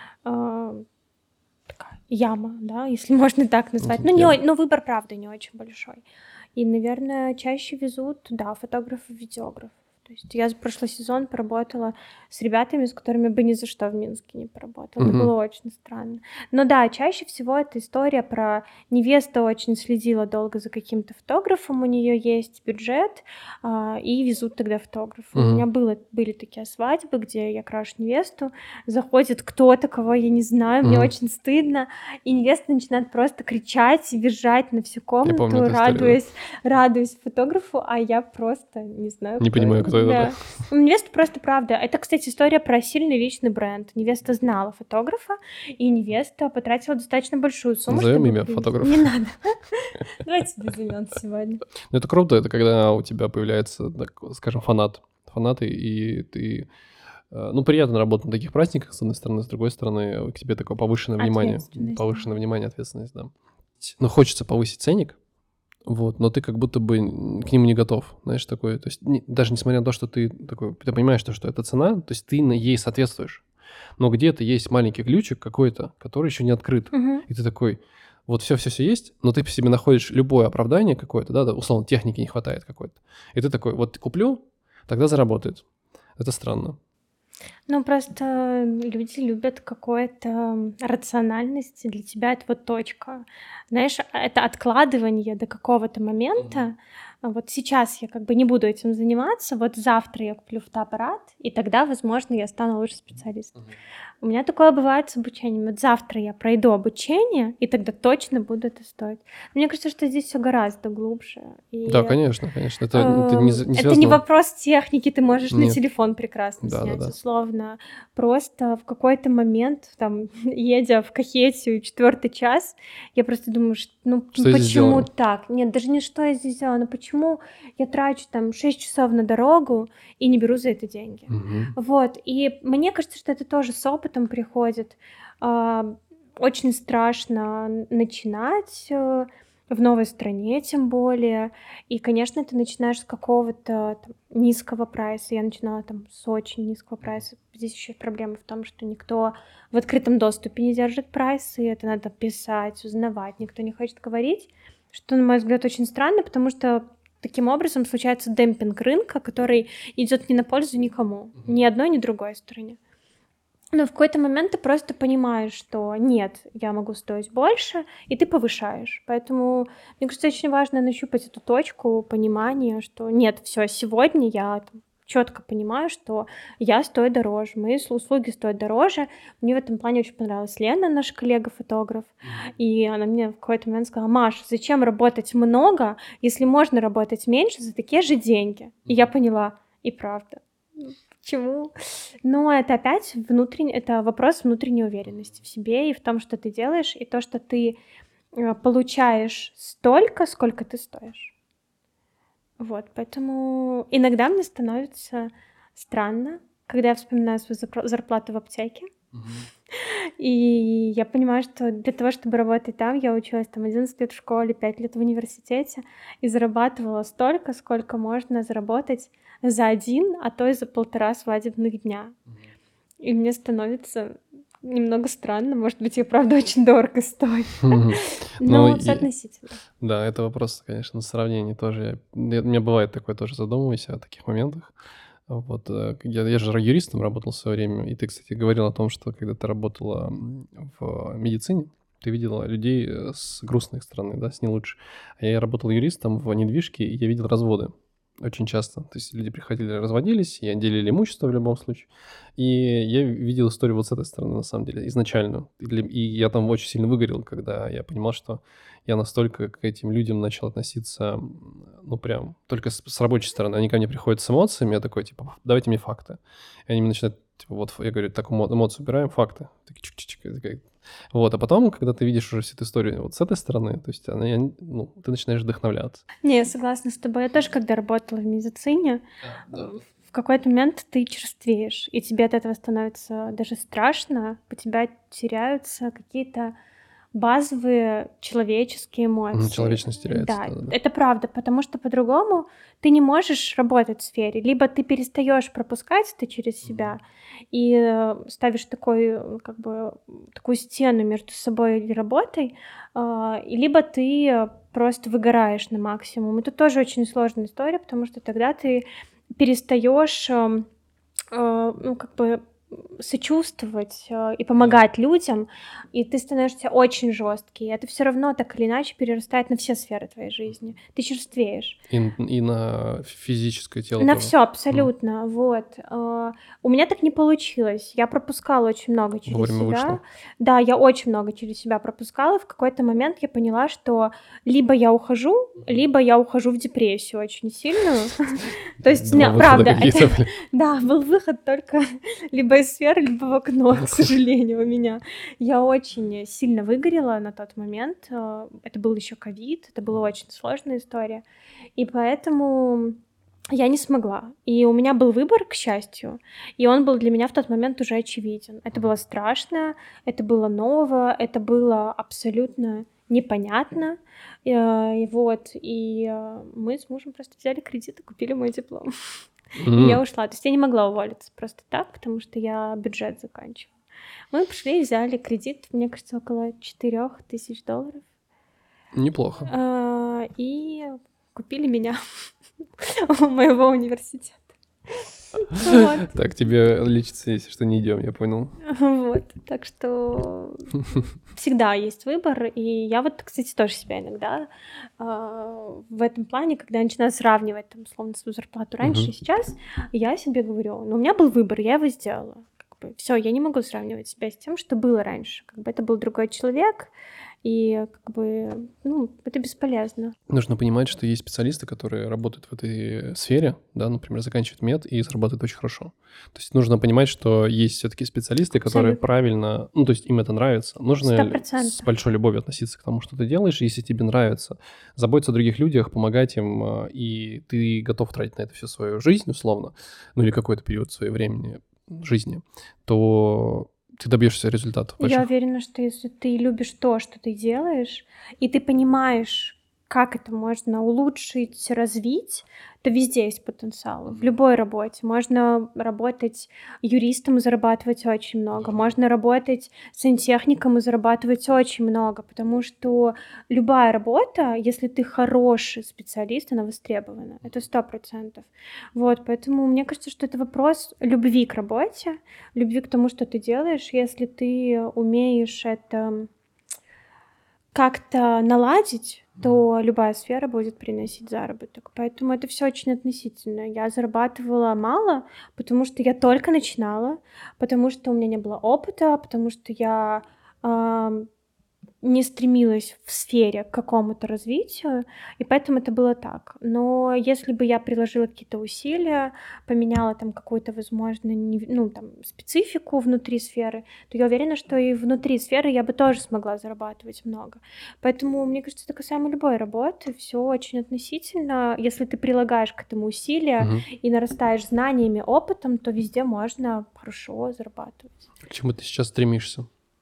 такая яма, да, если можно так назвать. Вот Ну, не, я- о- но выбор, правда, не очень большой. И, наверное, чаще везут, да, фотографов, видеографов. То есть я за прошлый сезон поработала с ребятами, с которыми бы ни за что в Минске не поработала. Это Мгм. было очень странно. Но да, чаще всего это история про невеста очень следила долго за каким-то фотографом, у нее есть бюджет, а, и везут тогда фотографа. У Мгм. меня было, были такие свадьбы, где я крашу невесту, заходит кто-то, кого я не знаю, мне Мгм. очень стыдно, и невеста начинает просто кричать и визжать на всю Я помню комнату, эту историю, да. радуясь, радуясь фотографу, а я просто не знаю, Не кто понимаю, это. кто это, да. Да. У невесты просто правда. Это, кстати, история про сильный личный бренд. Невеста знала фотографа, и невеста потратила достаточно большую сумму, Назовем чтобы имя привезти. фотографа. Не надо. Давайте без имен сегодня. Ну, это круто, это когда у тебя появляется, так, скажем, фанат. Фанаты, и ты... э, Ну, приятно работать на таких праздниках, с одной стороны, с другой стороны, к тебе такое повышенное внимание. Ответственность, да. Повышенное внимание, ответственность, да. Ну, хочется повысить ценник, вот, но ты как будто бы н- к нему не готов, знаешь, такой, то есть не- даже несмотря на то, что ты такой, ты понимаешь, что, что это цена, то есть ты на- ей соответствуешь, но где-то есть маленький ключик какой-то, который еще не открыт, Мгм. и ты такой, вот все-все-все есть, но ты по себе находишь любое оправдание какое-то, да, да, условно, техники не хватает какой-то, и ты такой, вот куплю, тогда заработает. Это странно. Ну, просто люди любят какую-то рациональность. Для тебя это вот точка. Знаешь, а, это откладывание до какого-то момента. А Вот сейчас я как бы не буду этим заниматься, вот завтра я куплю фотоаппарат, и тогда, возможно, я стану лучше специалистом. У меня такое бывает с обучением. Вот завтра я пройду обучение, и тогда точно буду это стоить. Мне кажется, что здесь все гораздо глубже. Да, И конечно, конечно, это, это не, Эм, за- не это не связано. вопрос техники, ты можешь на Нет, телефон прекрасно да, да, снять, да. условно. Просто в какой-то момент, там, едя в Кахетию, четвертый час, я просто думаю, ш- ну Что я здесь почему делаю? так? Нет, даже не что я здесь делаю, но почему я трачу там шесть часов на дорогу и не беру за это деньги? Мгм. Вот, и мне кажется, что это тоже с опытом приходит. А, Очень страшно н- начинать э, в новой стране, тем более. И, конечно, ты начинаешь с какого-то там низкого прайса. Я начинала там с очень низкого прайса. Здесь еще проблема в том, что никто в открытом доступе не держит прайсы, это надо писать, узнавать, никто не хочет говорить, что, на мой взгляд, очень странно, потому что таким образом случается демпинг рынка, который идет не на пользу никому, ни одной, ни другой стороне. Но в какой-то момент ты просто понимаешь, что нет, я могу стоить больше, и ты повышаешь. Поэтому, мне кажется, очень важно нащупать эту точку понимания, что нет, все, сегодня я там четко понимаю, что я стою дороже, мои с- услуги стоят дороже. Мне в этом плане очень понравилась Лена, наша коллега-фотограф. И она мне в какой-то момент сказала: Маш, зачем работать много, если можно работать меньше за такие же деньги? И я поняла, и правда. Ну, Почему? Но это опять внутренний, это вопрос внутренней уверенности в себе и в том, что ты делаешь, и то, что ты э, получаешь столько, сколько ты стоишь. Вот, поэтому иногда мне становится странно, когда я вспоминаю свою запра- зарплату в аптеке, и я понимаю, что для того, чтобы работать там, я училась там одиннадцать лет в школе, пять лет в университете и зарабатывала столько, сколько можно заработать за один, а то и за полтора свадебных дня. И мне становится немного странно, может быть, я правда очень дорого стою, Ну, но все и- относительно. да, это вопрос, конечно, сравнения тоже. Я- У меня бывает такое, тоже задумываюсь о таких моментах. Вот, э, я, я же юристом работал в свое время, и ты, кстати, говорил о том, что когда ты работала м, в медицине, ты видела людей э, с грустной стороны, да, с не лучше. А я работал юристом в недвижке, и я видел разводы очень часто. То есть люди приходили, разводились, и делили имущество в любом случае. И я видел историю вот с этой стороны, на самом деле, изначально. И, для- и я там очень сильно выгорел, когда я понимал, что я настолько к этим людям начал относиться, м, ну, прям, только с, с рабочей стороны. Они ко мне приходят с эмоциями, я такой, типа, давайте мне факты. И они мне начинают, типа, вот, я говорю, так, эмо- эмоции убираем, факты. Такие, чик-чик-чик, я такая, вот, а потом, когда ты видишь уже всю эту историю вот с этой стороны, то есть она, я- ну, ты начинаешь вдохновляться. Не, я согласна с тобой. Я тоже, когда работала в медицине, э, в какой-то момент ты черствеешь, и тебе от этого становится даже страшно, у тебя теряются какие-то базовые человеческие Мгм, эмоции. человечность теряется, Да, да-да-да. это правда, потому что по-другому ты не можешь работать в сфере. Либо ты перестаешь пропускать это через себя и э, ставишь такой, э, как бы, м, такую стену между собой и работой, а, и либо ты э, просто выгораешь на максимум. Это тоже очень сложная история, потому что тогда ты перестаешь эм, э, ну, как бы м, сочувствовать э, и помогать людям, и ты становишься очень жесткий. И это все равно так или иначе перерастает на все сферы твоей жизни. Ты черствеешь. И, н- и на физическое тело На тоже. все абсолютно, вот. А, у меня так не получилось. Я пропускала очень много через Вовремя себя. вышло. Да, я очень много через себя пропускала. В какой-то момент я поняла, что либо я ухожу, либо я ухожу в депрессию очень сильную. То есть, Два не, выхода правда, какие-то, это блин. да, был выход только либо из сферы, либо в окно, к сожалению, у меня. Я очень сильно выгорела на тот момент. а, Это был еще ковид, это была очень сложная история. И поэтому я не смогла. И у меня был выбор, к счастью, и он был для меня в тот момент уже очевиден. Это было страшно, это было ново, это было абсолютно непонятно. Э, И вот, и э, мы с мужем просто взяли кредит и купили мой диплом. И я М, ушла. То есть я не могла уволиться просто так, потому что я бюджет заканчивала. Мы пошли и взяли кредит, мне кажется, около четырех тысяч долларов. Неплохо. А, И купили меня у моего университета. Вот. Так, тебе лечится, если что, не идем, я понял. Вот. Так что всегда есть выбор. И я вот, кстати, тоже себя иногда а, в этом плане, когда я начинаю сравнивать, там, условно, свою зарплату раньше Мгм. и сейчас, я себе говорю, ну, у меня был выбор, я его сделала. Как бы, все, я не могу сравнивать себя с тем, что было раньше. Как бы это был другой человек, и как бы, ну, это бесполезно. Нужно понимать, что есть специалисты, которые работают в этой сфере, да, например, заканчивают мед и зарабатывают очень хорошо. То есть нужно понимать, что есть все-таки специалисты, которые Абсолютно. правильно, ну, то есть им это нравится. Сто Нужно с процентов. большой любовью относиться к тому, что ты делаешь, если тебе нравится, заботиться о других людях, помогать им, а, и ты готов тратить на это всю свою жизнь, условно, ну, или какой-то период своего времени жизни, то ты добьешься результатов Я больших. уверена, что если ты любишь то, что ты делаешь, и ты понимаешь, как это можно улучшить, развить, то везде есть потенциал. В любой работе. Можно работать юристом и зарабатывать очень много. Можно работать сантехником и зарабатывать очень много. Потому что любая работа, если ты хороший специалист, она востребована. Это сто процентов. Вот, поэтому мне кажется, что это вопрос любви к работе, любви к тому, что ты делаешь. Если ты умеешь это как-то наладить, то любая сфера будет приносить заработок. Поэтому это все очень относительно. Я зарабатывала мало, потому что я только начинала, потому что у меня не было опыта, потому что я, ам, не стремилась в сфере к какому-то развитию, и поэтому это было так. Но если бы я приложила какие-то усилия, поменяла там какую-то, возможно, не ну, там, специфику внутри сферы, то я уверена, что и внутри сферы я бы тоже смогла зарабатывать много. Поэтому, мне кажется, это касаемо любой работы. Всё очень относительно. Если ты прилагаешь к этому усилия Мгм. и нарастаешь знаниями, опытом, то везде можно хорошо зарабатывать. К чему ты сейчас стремишься?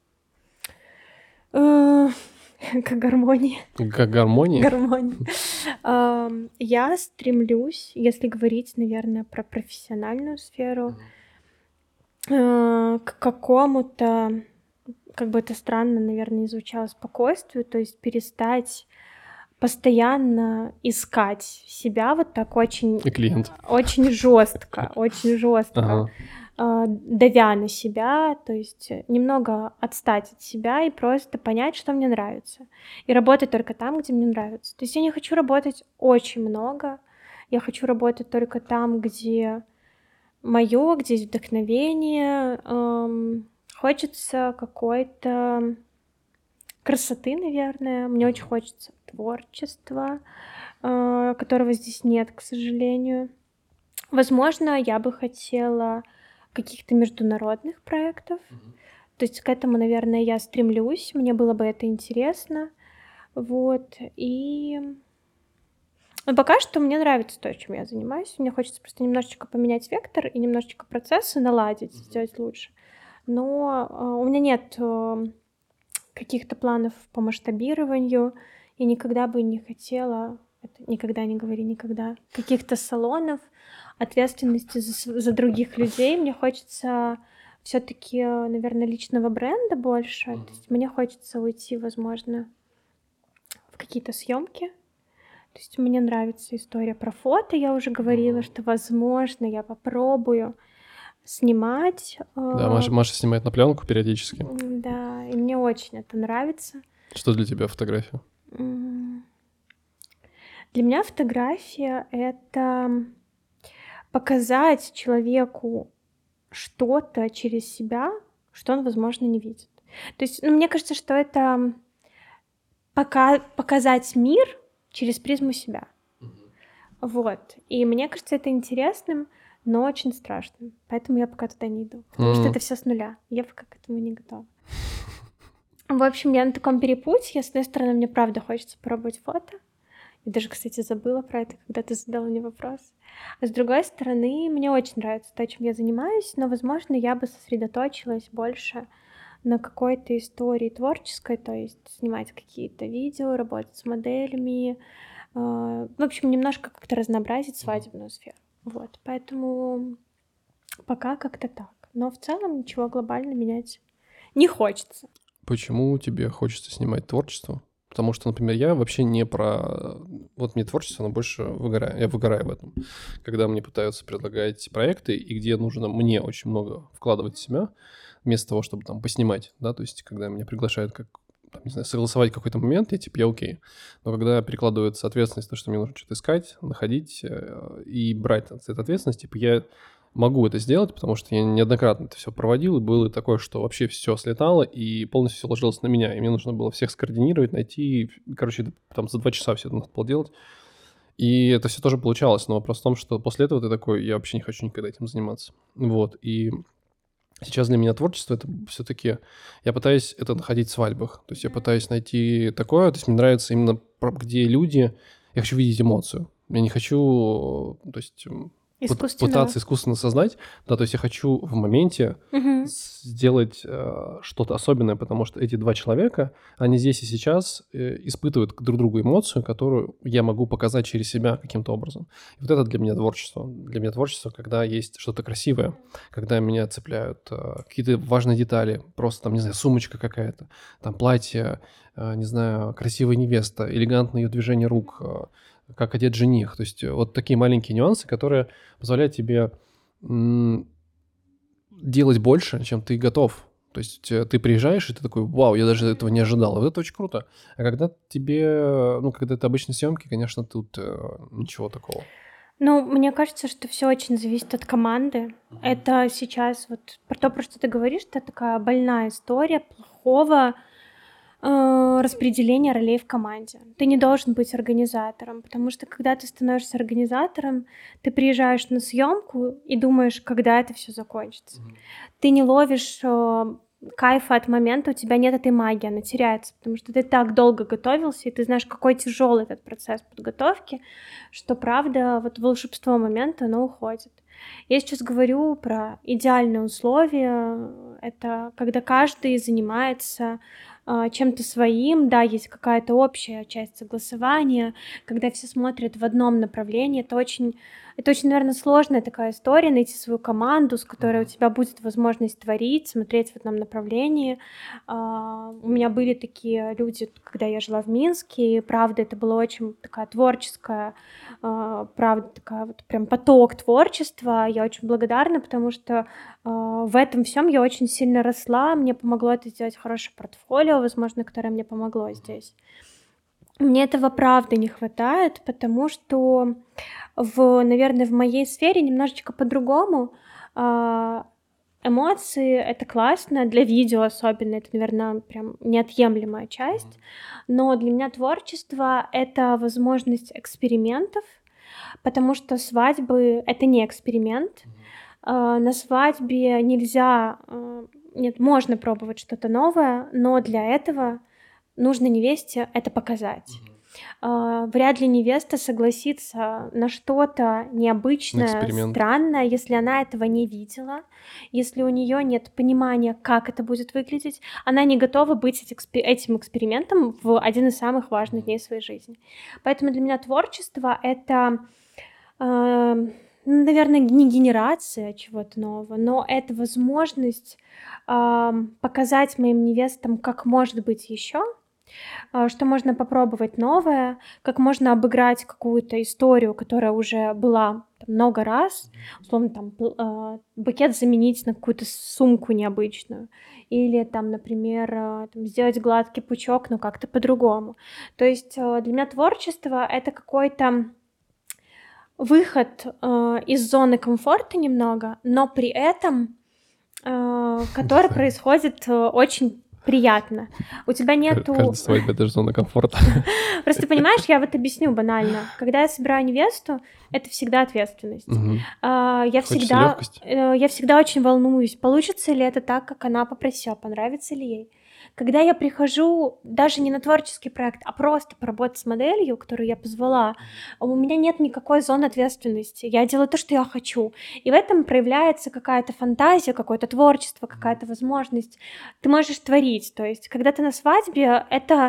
Э, к гармонии. К гармонии? Гармонии. Ам, я стремлюсь, если говорить, наверное, про профессиональную сферу, э, к какому-то, как бы это странно, наверное, не звучало, спокойствию, то есть перестать постоянно искать себя вот так очень, И клиентов. очень жёстко, очень жёстко, Ага. а, давя на себя, то есть немного отстать от себя и просто понять, что мне нравится, и работать только там, где мне нравится. То есть я не хочу работать очень много, я хочу работать только там, где моё, где есть вдохновение. Ам, хочется какой-то красоты, наверное. Мне очень хочется творчества, а, которого здесь нет, к сожалению. Возможно, я бы хотела каких-то международных проектов. То есть к этому, наверное, я стремлюсь, мне было бы это интересно. Вот, и но пока что мне нравится то, чем я занимаюсь. Мне хочется просто немножечко поменять вектор и немножечко процессы наладить, сделать лучше. Но, а, у меня нет, ам, каких-то планов по масштабированию. И никогда бы не хотела, это никогда не говори никогда, каких-то салонов, ответственности за св за других людей. Мне хочется всё-таки, наверное, личного бренда больше. То есть мне хочется уйти, возможно, в какие-то съёмки. То есть мне нравится история про фото. Я уже говорила, что, возможно, я попробую снимать. Да, А Маша Маша снимает на плёнку периодически. М-да, и мне очень это нравится. Что для тебя фотография? М. Для меня фотография- это показать человеку что-то через себя, что он, возможно, не видит. То есть, ну, мне кажется, что это пока показать мир через призму себя. Вот. И мне кажется это интересным, но очень страшным. Поэтому я пока туда не иду. Потому что М. это всё с нуля. Я пока к этому не готова. В общем, я на таком перепутье. С одной стороны, мне правда хочется пробовать фото. Я даже, кстати, забыла про это, когда ты задала мне вопрос. А с другой стороны, мне очень нравится то, чем я занимаюсь, но, возможно, я бы сосредоточилась больше на какой-то истории творческой, то есть снимать какие-то видео, работать с моделями. А, в общем, немножко как-то разнообразить свадебную сферу. Вот. Поэтому пока как-то так. Но в целом ничего глобально менять не хочется. Почему тебе хочется снимать творчество? Потому что, например, я вообще не про вот мне творчество, оно больше выгораю, я выгораю в этом. Когда мне пытаются предлагать проекты, и где нужно мне очень много вкладывать в себя, вместо того, чтобы там поснимать, да, то есть когда меня приглашают как, там, не знаю, согласовать какой-то момент, я типа, я окей. Но когда перекладывается ответственность, то, что мне нужно что-то искать, находить э, и брать эту ответственность, типа я могу это сделать, потому что я неоднократно это всё проводил, и было такое, что вообще всё слетало, и полностью всё ложилось на меня, и мне нужно было всех скоординировать, найти. Короче, там за два часа всё это надо было делать. И это всё тоже получалось, но вопрос в том, что после этого ты такой: "Я вообще не хочу никогда этим заниматься". Вот, и сейчас для меня творчество- это всё-таки я пытаюсь это находить в свадьбах. То есть я пытаюсь найти такое, то есть мне нравится именно про где люди я хочу видеть эмоцию. Я не хочу, то есть, м, пыт Искусственного. пытаться искусственно создать. Да, то есть я хочу в моменте Мгм. с сделать, э, что-то особенное, потому что эти два человека, они здесь и сейчас, э, испытывают к друг другу эмоцию, которую я могу показать через себя каким-то образом. Вот это для меня творчество. Для меня творчество, когда есть что-то красивое, когда меня цепляют, э, какие-то важные детали, просто там, не знаю, сумочка какая-то, там платье, э, не знаю, красивая невеста, элегантные её движения рук, э, как одет жених. То есть вот такие маленькие нюансы, которые позволяют тебе, м, делать больше, чем ты готов. То есть э, ты приезжаешь, и ты такой, вау, я даже этого не ожидал. И вот это очень круто. А когда тебе, ну, когда это обычные съемки, конечно, тут э, ничего такого. Ну, мне кажется, что все очень зависит от команды. Это сейчас вот про то, про что ты говоришь, это такая больная история плохого э, распределения ролей в команде. Ты не должен быть организатором, потому что когда ты становишься организатором, ты приезжаешь на съемку и думаешь, когда это все закончится. Ты не ловишь э, кайфа от момента, у тебя нет этой магии, она теряется, потому что ты так долго готовился, и ты знаешь, какой тяжелый этот процесс подготовки, что, правда, вот волшебство момента, оно уходит. Я сейчас говорю про идеальные условия. Это когда каждый занимается а, чем-то своим, да, есть какая-то общая часть согласования, когда все смотрят в одном направлении. Это очень, это очень, наверное, сложная такая история, найти свою команду, с которой у тебя будет возможность творить, смотреть в одном направлении. А, У меня были такие люди, когда я жила в Минске, и правда, это была очень такая творческая, а, правда, такая вот прям поток творчества. Я очень благодарна, потому что а, в этом всем я очень сильно росла. Мне помогло это сделать хорошее портфолио, возможно, которое мне помогло здесь. Мне этого правда не хватает, потому что в, наверное, в моей сфере немножечко по-другому. А, Эмоции — это классно, для видео особенно, это, наверное, прям неотъемлемая часть. Но для меня творчество — это возможность экспериментов, потому что свадьбы — это не эксперимент. А, На свадьбе нельзя, а, нет, можно пробовать что-то новое, но для этого нужно невесте это показать. А, Вряд ли невеста согласится на что-то На необычное, эксперимент. странное, если она этого не видела, если у нее нет понимания, как это будет выглядеть, она не готова быть эти- экспе- этим экспериментом в один из самых важных дней своей жизни. Поэтому для меня творчество — это, эм, ну, наверное, не генерация чего-то нового, но это возможность ам, показать моим невестам, как может быть еще, а, что можно попробовать новое, как можно обыграть какую-то историю, которая уже была там много раз, условно, там пл- а, букет заменить на какую-то сумку необычную, или там, например, а, там, сделать гладкий пучок, но как-то по-другому. То есть а, для меня творчество — это какой-то выход а, из зоны комфорта немного, но при этом а, который происходит а, очень приятно. У тебя Ка- нету... Каждая свадьба — это же зона комфорта. Просто понимаешь, я вот объясню банально. Когда я собираю невесту, это всегда ответственность. Мгм. А, Я Хочется всегда, легкость. э, я всегда очень волнуюсь, получится ли это так, как она попросила, понравится ли ей. Когда я прихожу даже не на творческий проект, а просто поработать с моделью, которую я позвала, у меня нет никакой зоны ответственности. Я делаю то, что я хочу. И в этом проявляется какая-то фантазия, какое-то творчество, какая-то возможность. Ты можешь творить. То есть, когда ты на свадьбе, это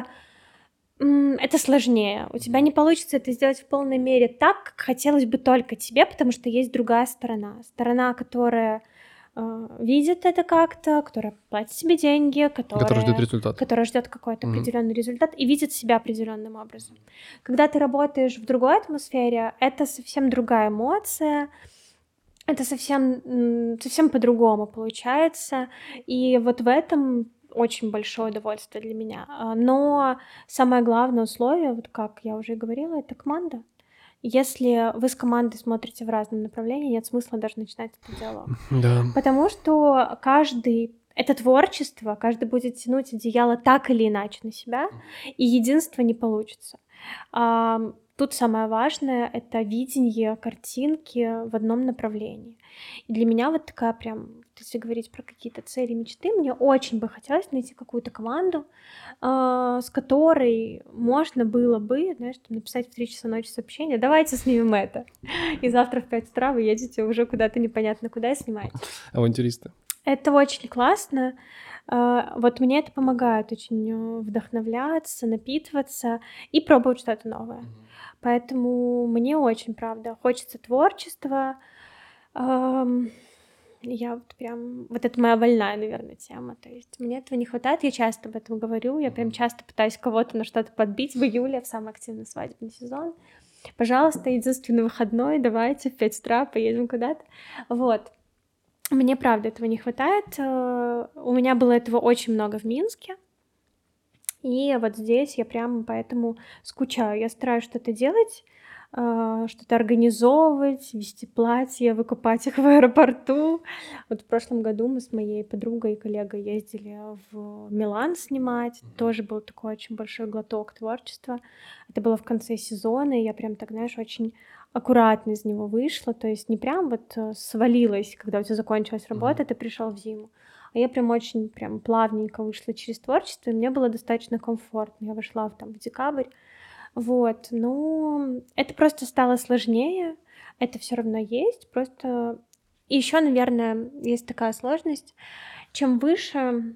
М, это сложнее. У тебя не получится это сделать в полной мере так, как хотелось бы только тебе, потому что есть другая сторона. Сторона, которая э, видит это как-то, которая платит тебе деньги, Который ждет которая, результат. которая ждет какой-то Мгм. определенный результат и видит себя определенным образом. Когда ты работаешь в другой атмосфере, это совсем другая эмоция, это совсем, м, совсем по-другому получается. И вот в этом очень большое удовольствие для меня. А, Но самое главное условие, вот как я уже и говорила, это команда. Если вы с командой смотрите в разном направлении, нет смысла даже начинать этот диалог. Да. Потому что каждый это творчество, каждый будет тянуть одеяло так или иначе на себя, и единства не получится. Ам, Тут самое важное — это видение картинки в одном направлении. И для меня вот такая прям, если говорить про какие-то цели, мечты, мне очень бы хотелось найти какую-то команду, а, с которой можно было бы, знаешь, там, написать в три часа ночи сообщение: «Давайте снимем это». И завтра в пять утра вы едете уже куда-то непонятно куда и снимаете. Авантюристы. Это очень классно. А, Вот мне это помогает очень э, вдохновляться, напитываться и пробовать что-то новое. Поэтому мне очень, правда, хочется творчества. Ам, Я вот прям... Вот это моя больная, наверное, тема. То есть мне этого не хватает. Я часто об этом говорю. Я прям часто пытаюсь кого-то на что-то подбить в июле, в самый активный свадебный сезон. Пожалуйста, единственный выходной, давайте в пять утра поедем куда-то. Вот. Мне правда этого не хватает. Э, у меня было этого очень много в Минске. И вот здесь я прям поэтому скучаю. Я стараюсь что-то делать, а, что-то организовывать, вести платья, выкупать их в аэропорту. Вот в прошлом году мы с моей подругой и коллегой ездили в Милан снимать. Тоже был такой очень большой глоток творчества. Это было в конце сезона, и я прям так, знаешь, очень аккуратно из него вышла. То есть не прям вот э, свалилась, когда у тебя закончилась работа, ты пришел в зиму. А я прям очень прям плавненько вышла через творчество, и мне было достаточно комфортно. Я вошла в, там, в декабрь. Вот, но это просто стало сложнее. Это все равно есть. Просто и еще, наверное, есть такая сложность. Чем выше,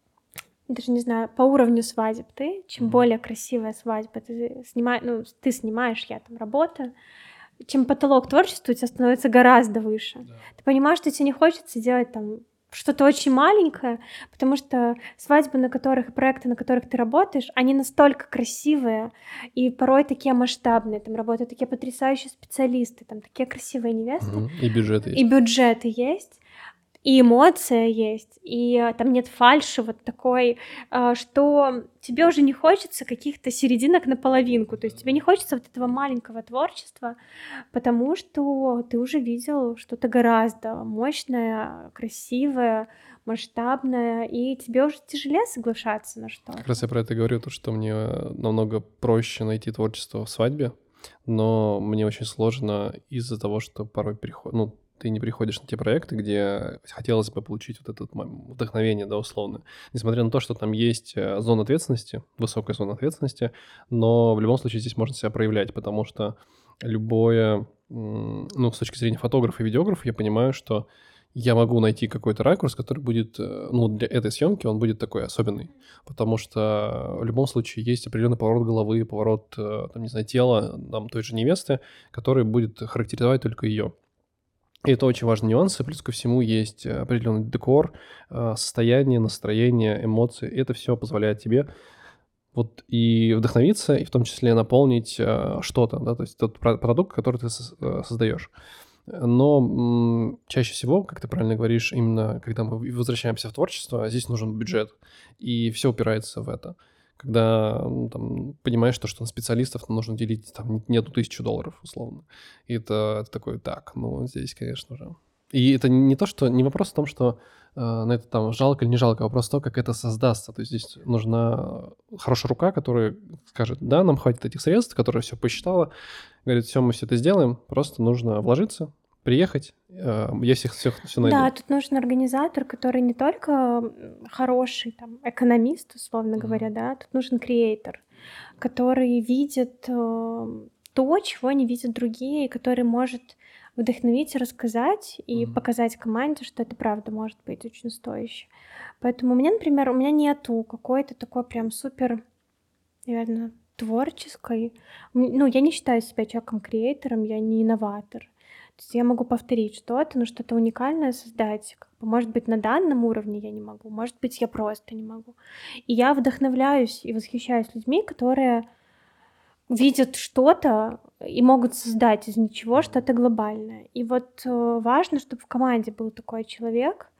даже не знаю, по уровню свадеб ты, чем Мгм. более красивая свадьба ты снимаешь, ну, ты снимаешь, я там работаю, чем потолок творчества у тебя становится гораздо выше. Да. Ты понимаешь, что тебе не хочется делать там что-то очень маленькое, потому что свадьбы, на которых, и проекты, на которых ты работаешь, они настолько красивые и порой такие масштабные. Там работают такие потрясающие специалисты, там такие красивые невесты, Мгм. И бюджет и есть. бюджеты есть, и эмоция есть, и э, там нет фальши вот такой, а, что тебе уже не хочется каких-то серединок на половинку. То есть тебе не хочется вот этого маленького творчества, потому что ты уже видел что-то гораздо мощное, красивое, масштабное, и тебе уже тяжелее соглашаться на что-то. Как раз я про это говорю, то, что мне намного проще найти творчество в свадьбе, но мне очень сложно из-за того, что порой приход... ну, ты не приходишь на те проекты, где хотелось бы получить вот это вдохновение, да, условно. Несмотря на то, что там есть э, зона ответственности, высокая зона ответственности, но в любом случае здесь можно себя проявлять, потому что любое, м, ну, с точки зрения фотографа и видеографа, я понимаю, что я могу найти какой-то ракурс, который будет, э, ну, для этой съемки он будет такой особенный. Потому что в любом случае есть определенный поворот головы, поворот, э, там, не знаю, тела, там, той же невесты, который будет характеризовать только ее. И это очень важные нюансы. Плюс ко всему есть э, определенный декор, э, состояние, настроение, эмоции. И это все позволяет тебе вот и вдохновиться, и в том числе наполнить э, что-то, да, то есть тот про- продукт, который ты сос- э, создаешь. Но м, чаще всего, как ты правильно говоришь, именно когда мы в- возвращаемся в творчество, здесь нужен бюджет, и все упирается в это. Когда ну, там, понимаешь, то, что на специалистов нужно делить там, не одну тысячу долларов, условно. И это, это такой, так, ну, здесь, конечно же. И это не то, что, не вопрос в том, что э, на это там жалко или не жалко, а вопрос в том, как это создастся. То есть здесь нужна хорошая рука, которая скажет, да, нам хватит этих средств, которая все посчитала, говорит, все, мы все это сделаем, просто нужно вложиться, приехать, э, я всех всех всё Да, найду. тут нужен организатор, который не только м, хороший там экономист, условно говоря, Мгм. да, тут нужен креатор, который видит э, то, чего не видят другие, и который может вдохновить, рассказать и Мгм. показать команде, что это правда может быть очень стоящее. Поэтому у меня, например, у меня нету какой-то такой прям супер, наверное, творческой. М, Ну, я не считаю себя человеком-креатором, я не инноватор. То есть я могу повторить что-то, но что-то уникальное создать. Как бы, может быть, на данном уровне я не могу, может быть, я просто не могу. И я вдохновляюсь и восхищаюсь людьми, которые видят что-то и могут создать из ничего что-то глобальное. И вот э, важно, чтобы в команде был такой человек,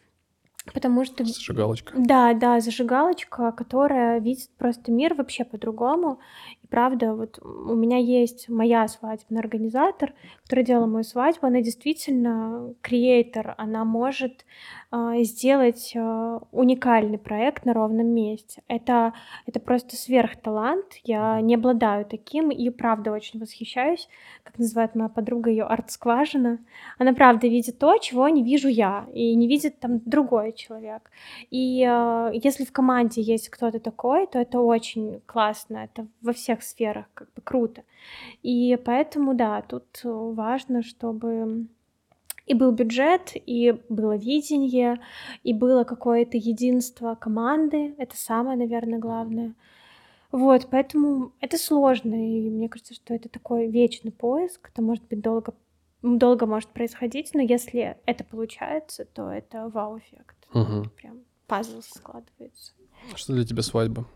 потому что, м, Зажигалочка. да, да, зажигалочка, которая видит просто мир вообще по-другому. И правда, вот у меня есть моя свадебный организатор, которая делала мою свадьбу. Она действительно креатор, она может а, сделать а, уникальный проект на ровном месте. Это, это просто сверхталант, я не обладаю таким и правда очень восхищаюсь, как называет моя подруга ее арт-скважина. Она правда видит то, чего не вижу я, и не видит там другой человек. И э, если в команде есть кто-то такой, то это очень классно, это во всех сферах как бы круто. И поэтому, да, тут э, важно, чтобы и был бюджет, и было видение, и было какое-то единство команды. Это самое, наверное, главное. Вот, поэтому это сложно, и мне кажется, что это такой вечный поиск. Это может быть долго, м, долго может происходить, но если это получается, то это вау-эффект. Мгм. Прям пазл складывается. Что для тебя свадьба?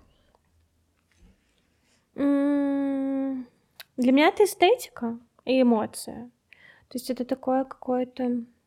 М, Для меня это эстетика и эмоция. То есть это такое какое-то,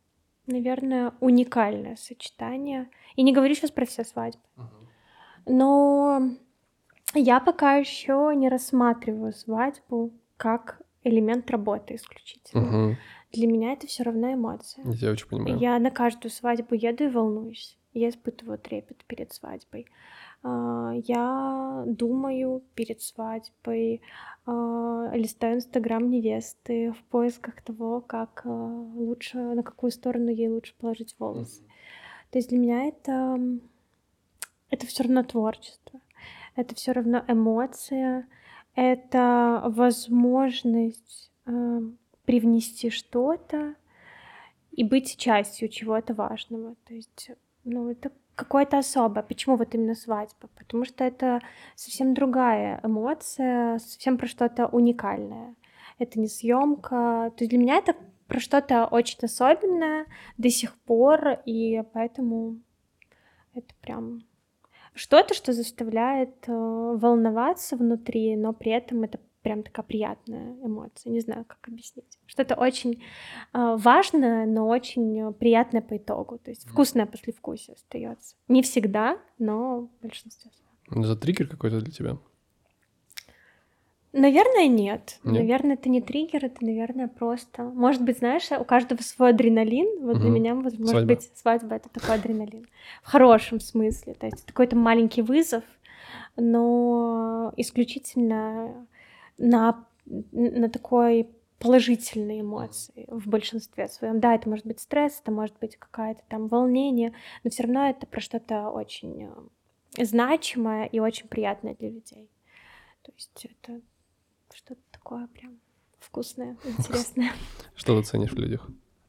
наверное, уникальное сочетание. И не говорю сейчас про все свадьбы. Мгм. Но я пока еще не рассматриваю свадьбу как элемент работы исключительно. Мгм. Для меня это все равно эмоция. Я тебя очень понимаю. Я на каждую свадьбу еду и волнуюсь. Я испытываю трепет перед свадьбой. А, Я думаю перед свадьбой, а, листаю инстаграм невесты в поисках того, как а, лучше, на какую сторону ей лучше положить волосы. То есть для меня это, м, это все равно творчество, это все равно эмоция, это возможность а, привнести что-то и быть частью чего-то важного. То есть, ну, это какое-то особое. Почему вот именно свадьба? Потому что это совсем другая эмоция, совсем про что-то уникальное. Это не съемка. То есть для меня это про что-то очень особенное до сих пор, и поэтому это прям что-то, что заставляет э, волноваться внутри, но при этом это прям такая приятная эмоция. Не знаю, как объяснить. Что-то очень э, важное, но очень э, приятное по итогу. То есть вкусное послевкусие остается. Не всегда, но в большинстве своем. Это триггер какой-то для тебя? Наверное, нет. Нет? Наверное, это не триггер, это, наверное, просто... Может быть, знаешь, у каждого свой адреналин. Вот для Мгм. меня, вот, может Свадьба. быть, свадьба — это такой адреналин. В хорошем смысле. То есть это какой-то маленький вызов, но исключительно на, на такой положительной эмоции в большинстве своем. Да, это может быть стресс, это может быть какое-то там волнение, но все равно это про что-то очень э, значимое и очень приятное для людей. То есть это что-то такое прям вкусное, интересное. Что ты ценишь в людях?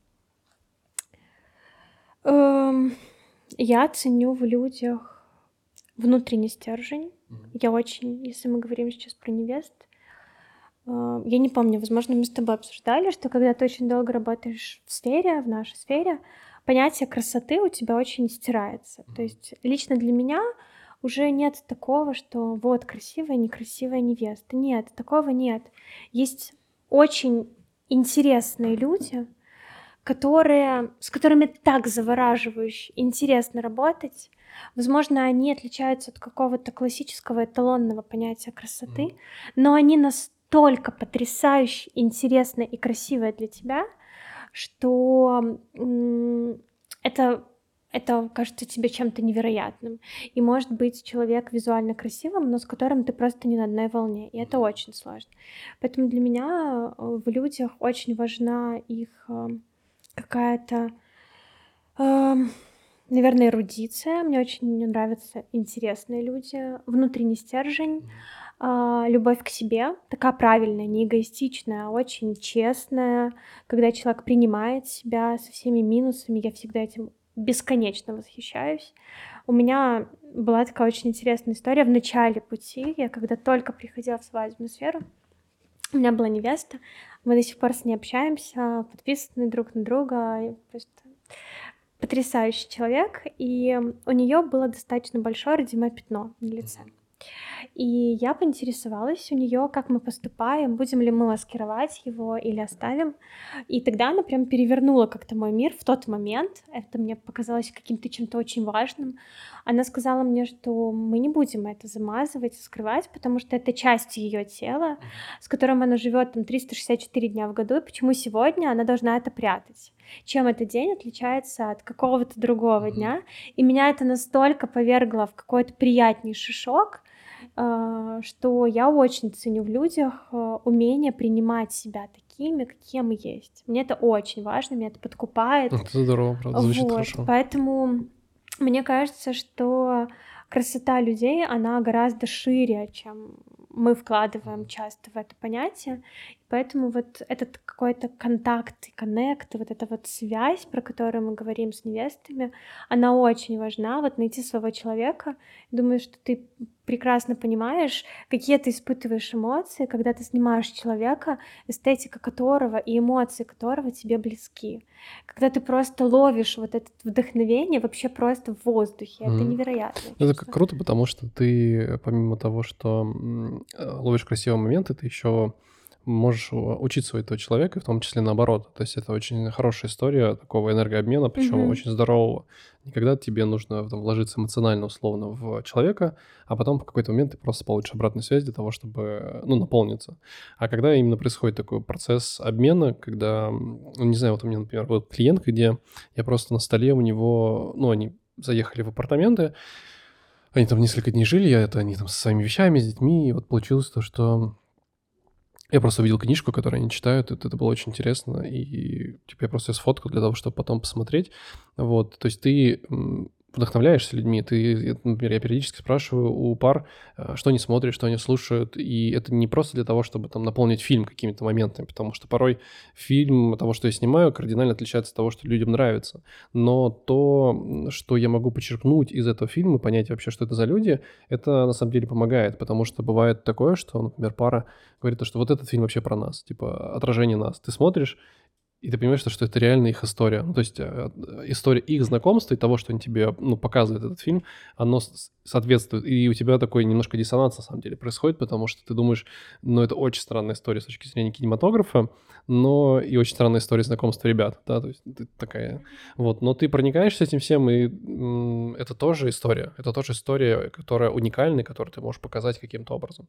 Эм, Я ценю в людях внутренний стержень. Я очень, если мы говорим сейчас про невест, э, я не помню, возможно, мы с тобой обсуждали, что когда ты очень долго работаешь в сфере, в нашей сфере, понятие красоты у тебя очень стирается. То есть лично для меня уже нет такого, что вот красивая, некрасивая невеста. Нет, такого нет. Есть очень интересные люди, которые, с которыми так завораживающе интересно работать. Возможно, они отличаются от какого-то классического эталонного понятия красоты, но они настолько потрясающе интересные и красивые для тебя, что м, это, это кажется тебе чем-то невероятным. И может быть человек визуально красивым, но с которым ты просто не на одной волне. И это очень сложно. Поэтому для меня э, в людях очень важна их э, какая-то, эм, наверное, эрудиция. Мне очень нравятся интересные люди, внутренний стержень, а, любовь к себе, такая правильная, не эгоистичная, а очень честная, когда человек принимает себя со всеми минусами. Я всегда этим бесконечно восхищаюсь. У меня была такая очень интересная история в начале пути. Я когда только приходила в свадебную сферу, у меня была невеста, мы до сих пор с ней общаемся, подписаны друг на друга. И просто потрясающий человек. И у нее было достаточно большое родимое пятно на лице. И я поинтересовалась у нее, как мы поступаем, будем ли мы маскировать его или оставим. И тогда она прям перевернула как-то мой мир в тот момент. Это мне показалось каким-то чем-то очень важным. Она сказала мне, что мы не будем это замазывать, скрывать, потому что это часть ее тела, с которым она живет там триста шестьдесят четыре дня в году, и почему сегодня она должна это прятать? Чем этот день отличается от какого-то другого дня? И меня это настолько повергло в какой-то приятнейший шок, что я очень ценю в людях умение принимать себя такими, какие мы есть. Мне это очень важно, меня это подкупает. Это здорово, правда, звучит Вот, хорошо. поэтому мне кажется, что красота людей, она гораздо шире, чем мы вкладываем часто в это понятие. Поэтому вот этот какой-то контакт и коннект, вот эта вот связь, про которую мы говорим с невестами, она очень важна. Вот найти своего человека. Думаю, что ты прекрасно понимаешь, какие ты испытываешь эмоции, когда ты снимаешь человека, эстетика которого и эмоции которого тебе близки. Когда ты просто ловишь вот это вдохновение вообще просто в воздухе. Это Мгм. невероятно. Это как круто, потому что ты, помимо того, что м, э, ловишь красивые моменты, ты еще можешь у- учиться у этого человека, в том числе наоборот. То есть это очень хорошая история такого энергообмена, причем Мгм. очень здорового. Не когда тебе нужно там, вложиться эмоционально условно в человека, а потом в какой-то момент ты просто получишь обратную связь для того, чтобы, ну, наполниться. А когда именно происходит такой процесс обмена, когда, м, ну, не знаю, вот у меня, например, был клиент, где я просто на столе у него, ну, они заехали в апартаменты, они там несколько дней жили, я это они там со своими вещами, с детьми, и вот получилось то, что я просто увидел книжку, которую они читают, это, это было очень интересно, и типа я просто её сфоткал для того, чтобы потом посмотреть. Вот, то есть ты м, вдохновляешься людьми, ты, я, например, я периодически спрашиваю у пар, э, что они смотрят, что они слушают, и это не просто для того, чтобы там наполнить фильм какими-то моментами, потому что порой фильм того, что я снимаю, кардинально отличается от того, что людям нравится. Но то, м, что я могу почерпнуть из этого фильма, понять вообще, что это за люди, это на самом деле помогает, потому что бывает такое, что, например, пара говорит то, что вот этот фильм вообще про нас, типа отражение нас. Ты смотришь, и ты понимаешь, что, что это реально их история. Ну, то есть э, история их знакомства и того, что они тебе ну, показывают этот фильм, оно с- соответствует. И у тебя такой немножко диссонанс на самом деле происходит, потому что ты думаешь, ну, это очень странная история с точки зрения кинематографа, но и очень странная история знакомства ребят, да, то есть ты такая, вот, но ты проникаешься этим всем, и м, это тоже история, это тоже история, которая уникальна, которую ты можешь показать каким-то образом.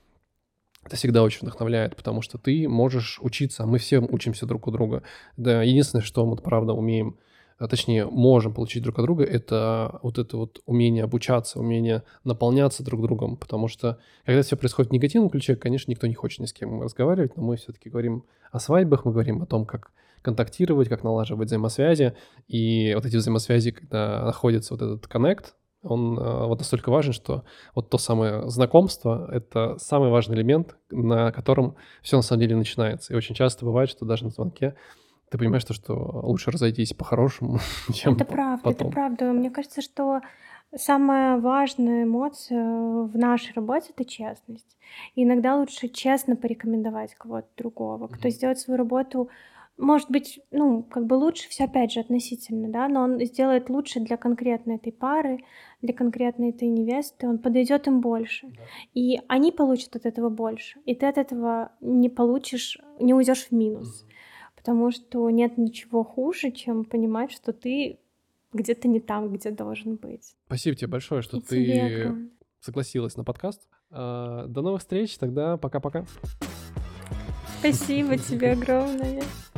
Это всегда очень вдохновляет, потому что ты можешь учиться, а мы все учимся друг у друга. Да, единственное, что мы, правда, умеем, а точнее, можем получить друг от друга, это вот это вот умение обучаться, умение наполняться друг другом, потому что когда все происходит в негативном ключе, конечно, никто не хочет ни с кем разговаривать, но мы все-таки говорим о свадьбах, мы говорим о том, как контактировать, как налаживать взаимосвязи, и вот эти взаимосвязи, когда находится вот этот коннект, он э, вот настолько важен, что вот то самое знакомство — это самый важный элемент, на котором все на самом деле начинается. И очень часто бывает, что даже на звонке ты понимаешь, то, что лучше разойтись по-хорошему, чем Это п правда, это потом. правда. Мне кажется, что самая важная эмоция в нашей работе — это честность. И иногда лучше честно порекомендовать кого-то другого, кто Мгм. сделает свою работу, может быть, ну, как бы лучше, все опять же относительно, да, но он сделает лучше для конкретной этой пары, для конкретной этой невесты, он подойдет им больше. Да. И они получат от этого больше, и ты от этого не получишь, не уйдешь в минус. Мгм. Потому что нет ничего хуже, чем понимать, что ты где-то не там, где должен быть. Спасибо тебе большое, что И тебе ты огромное. согласилась на подкаст. А, до новых встреч, тогда пока-пока. Спасибо тебе огромное.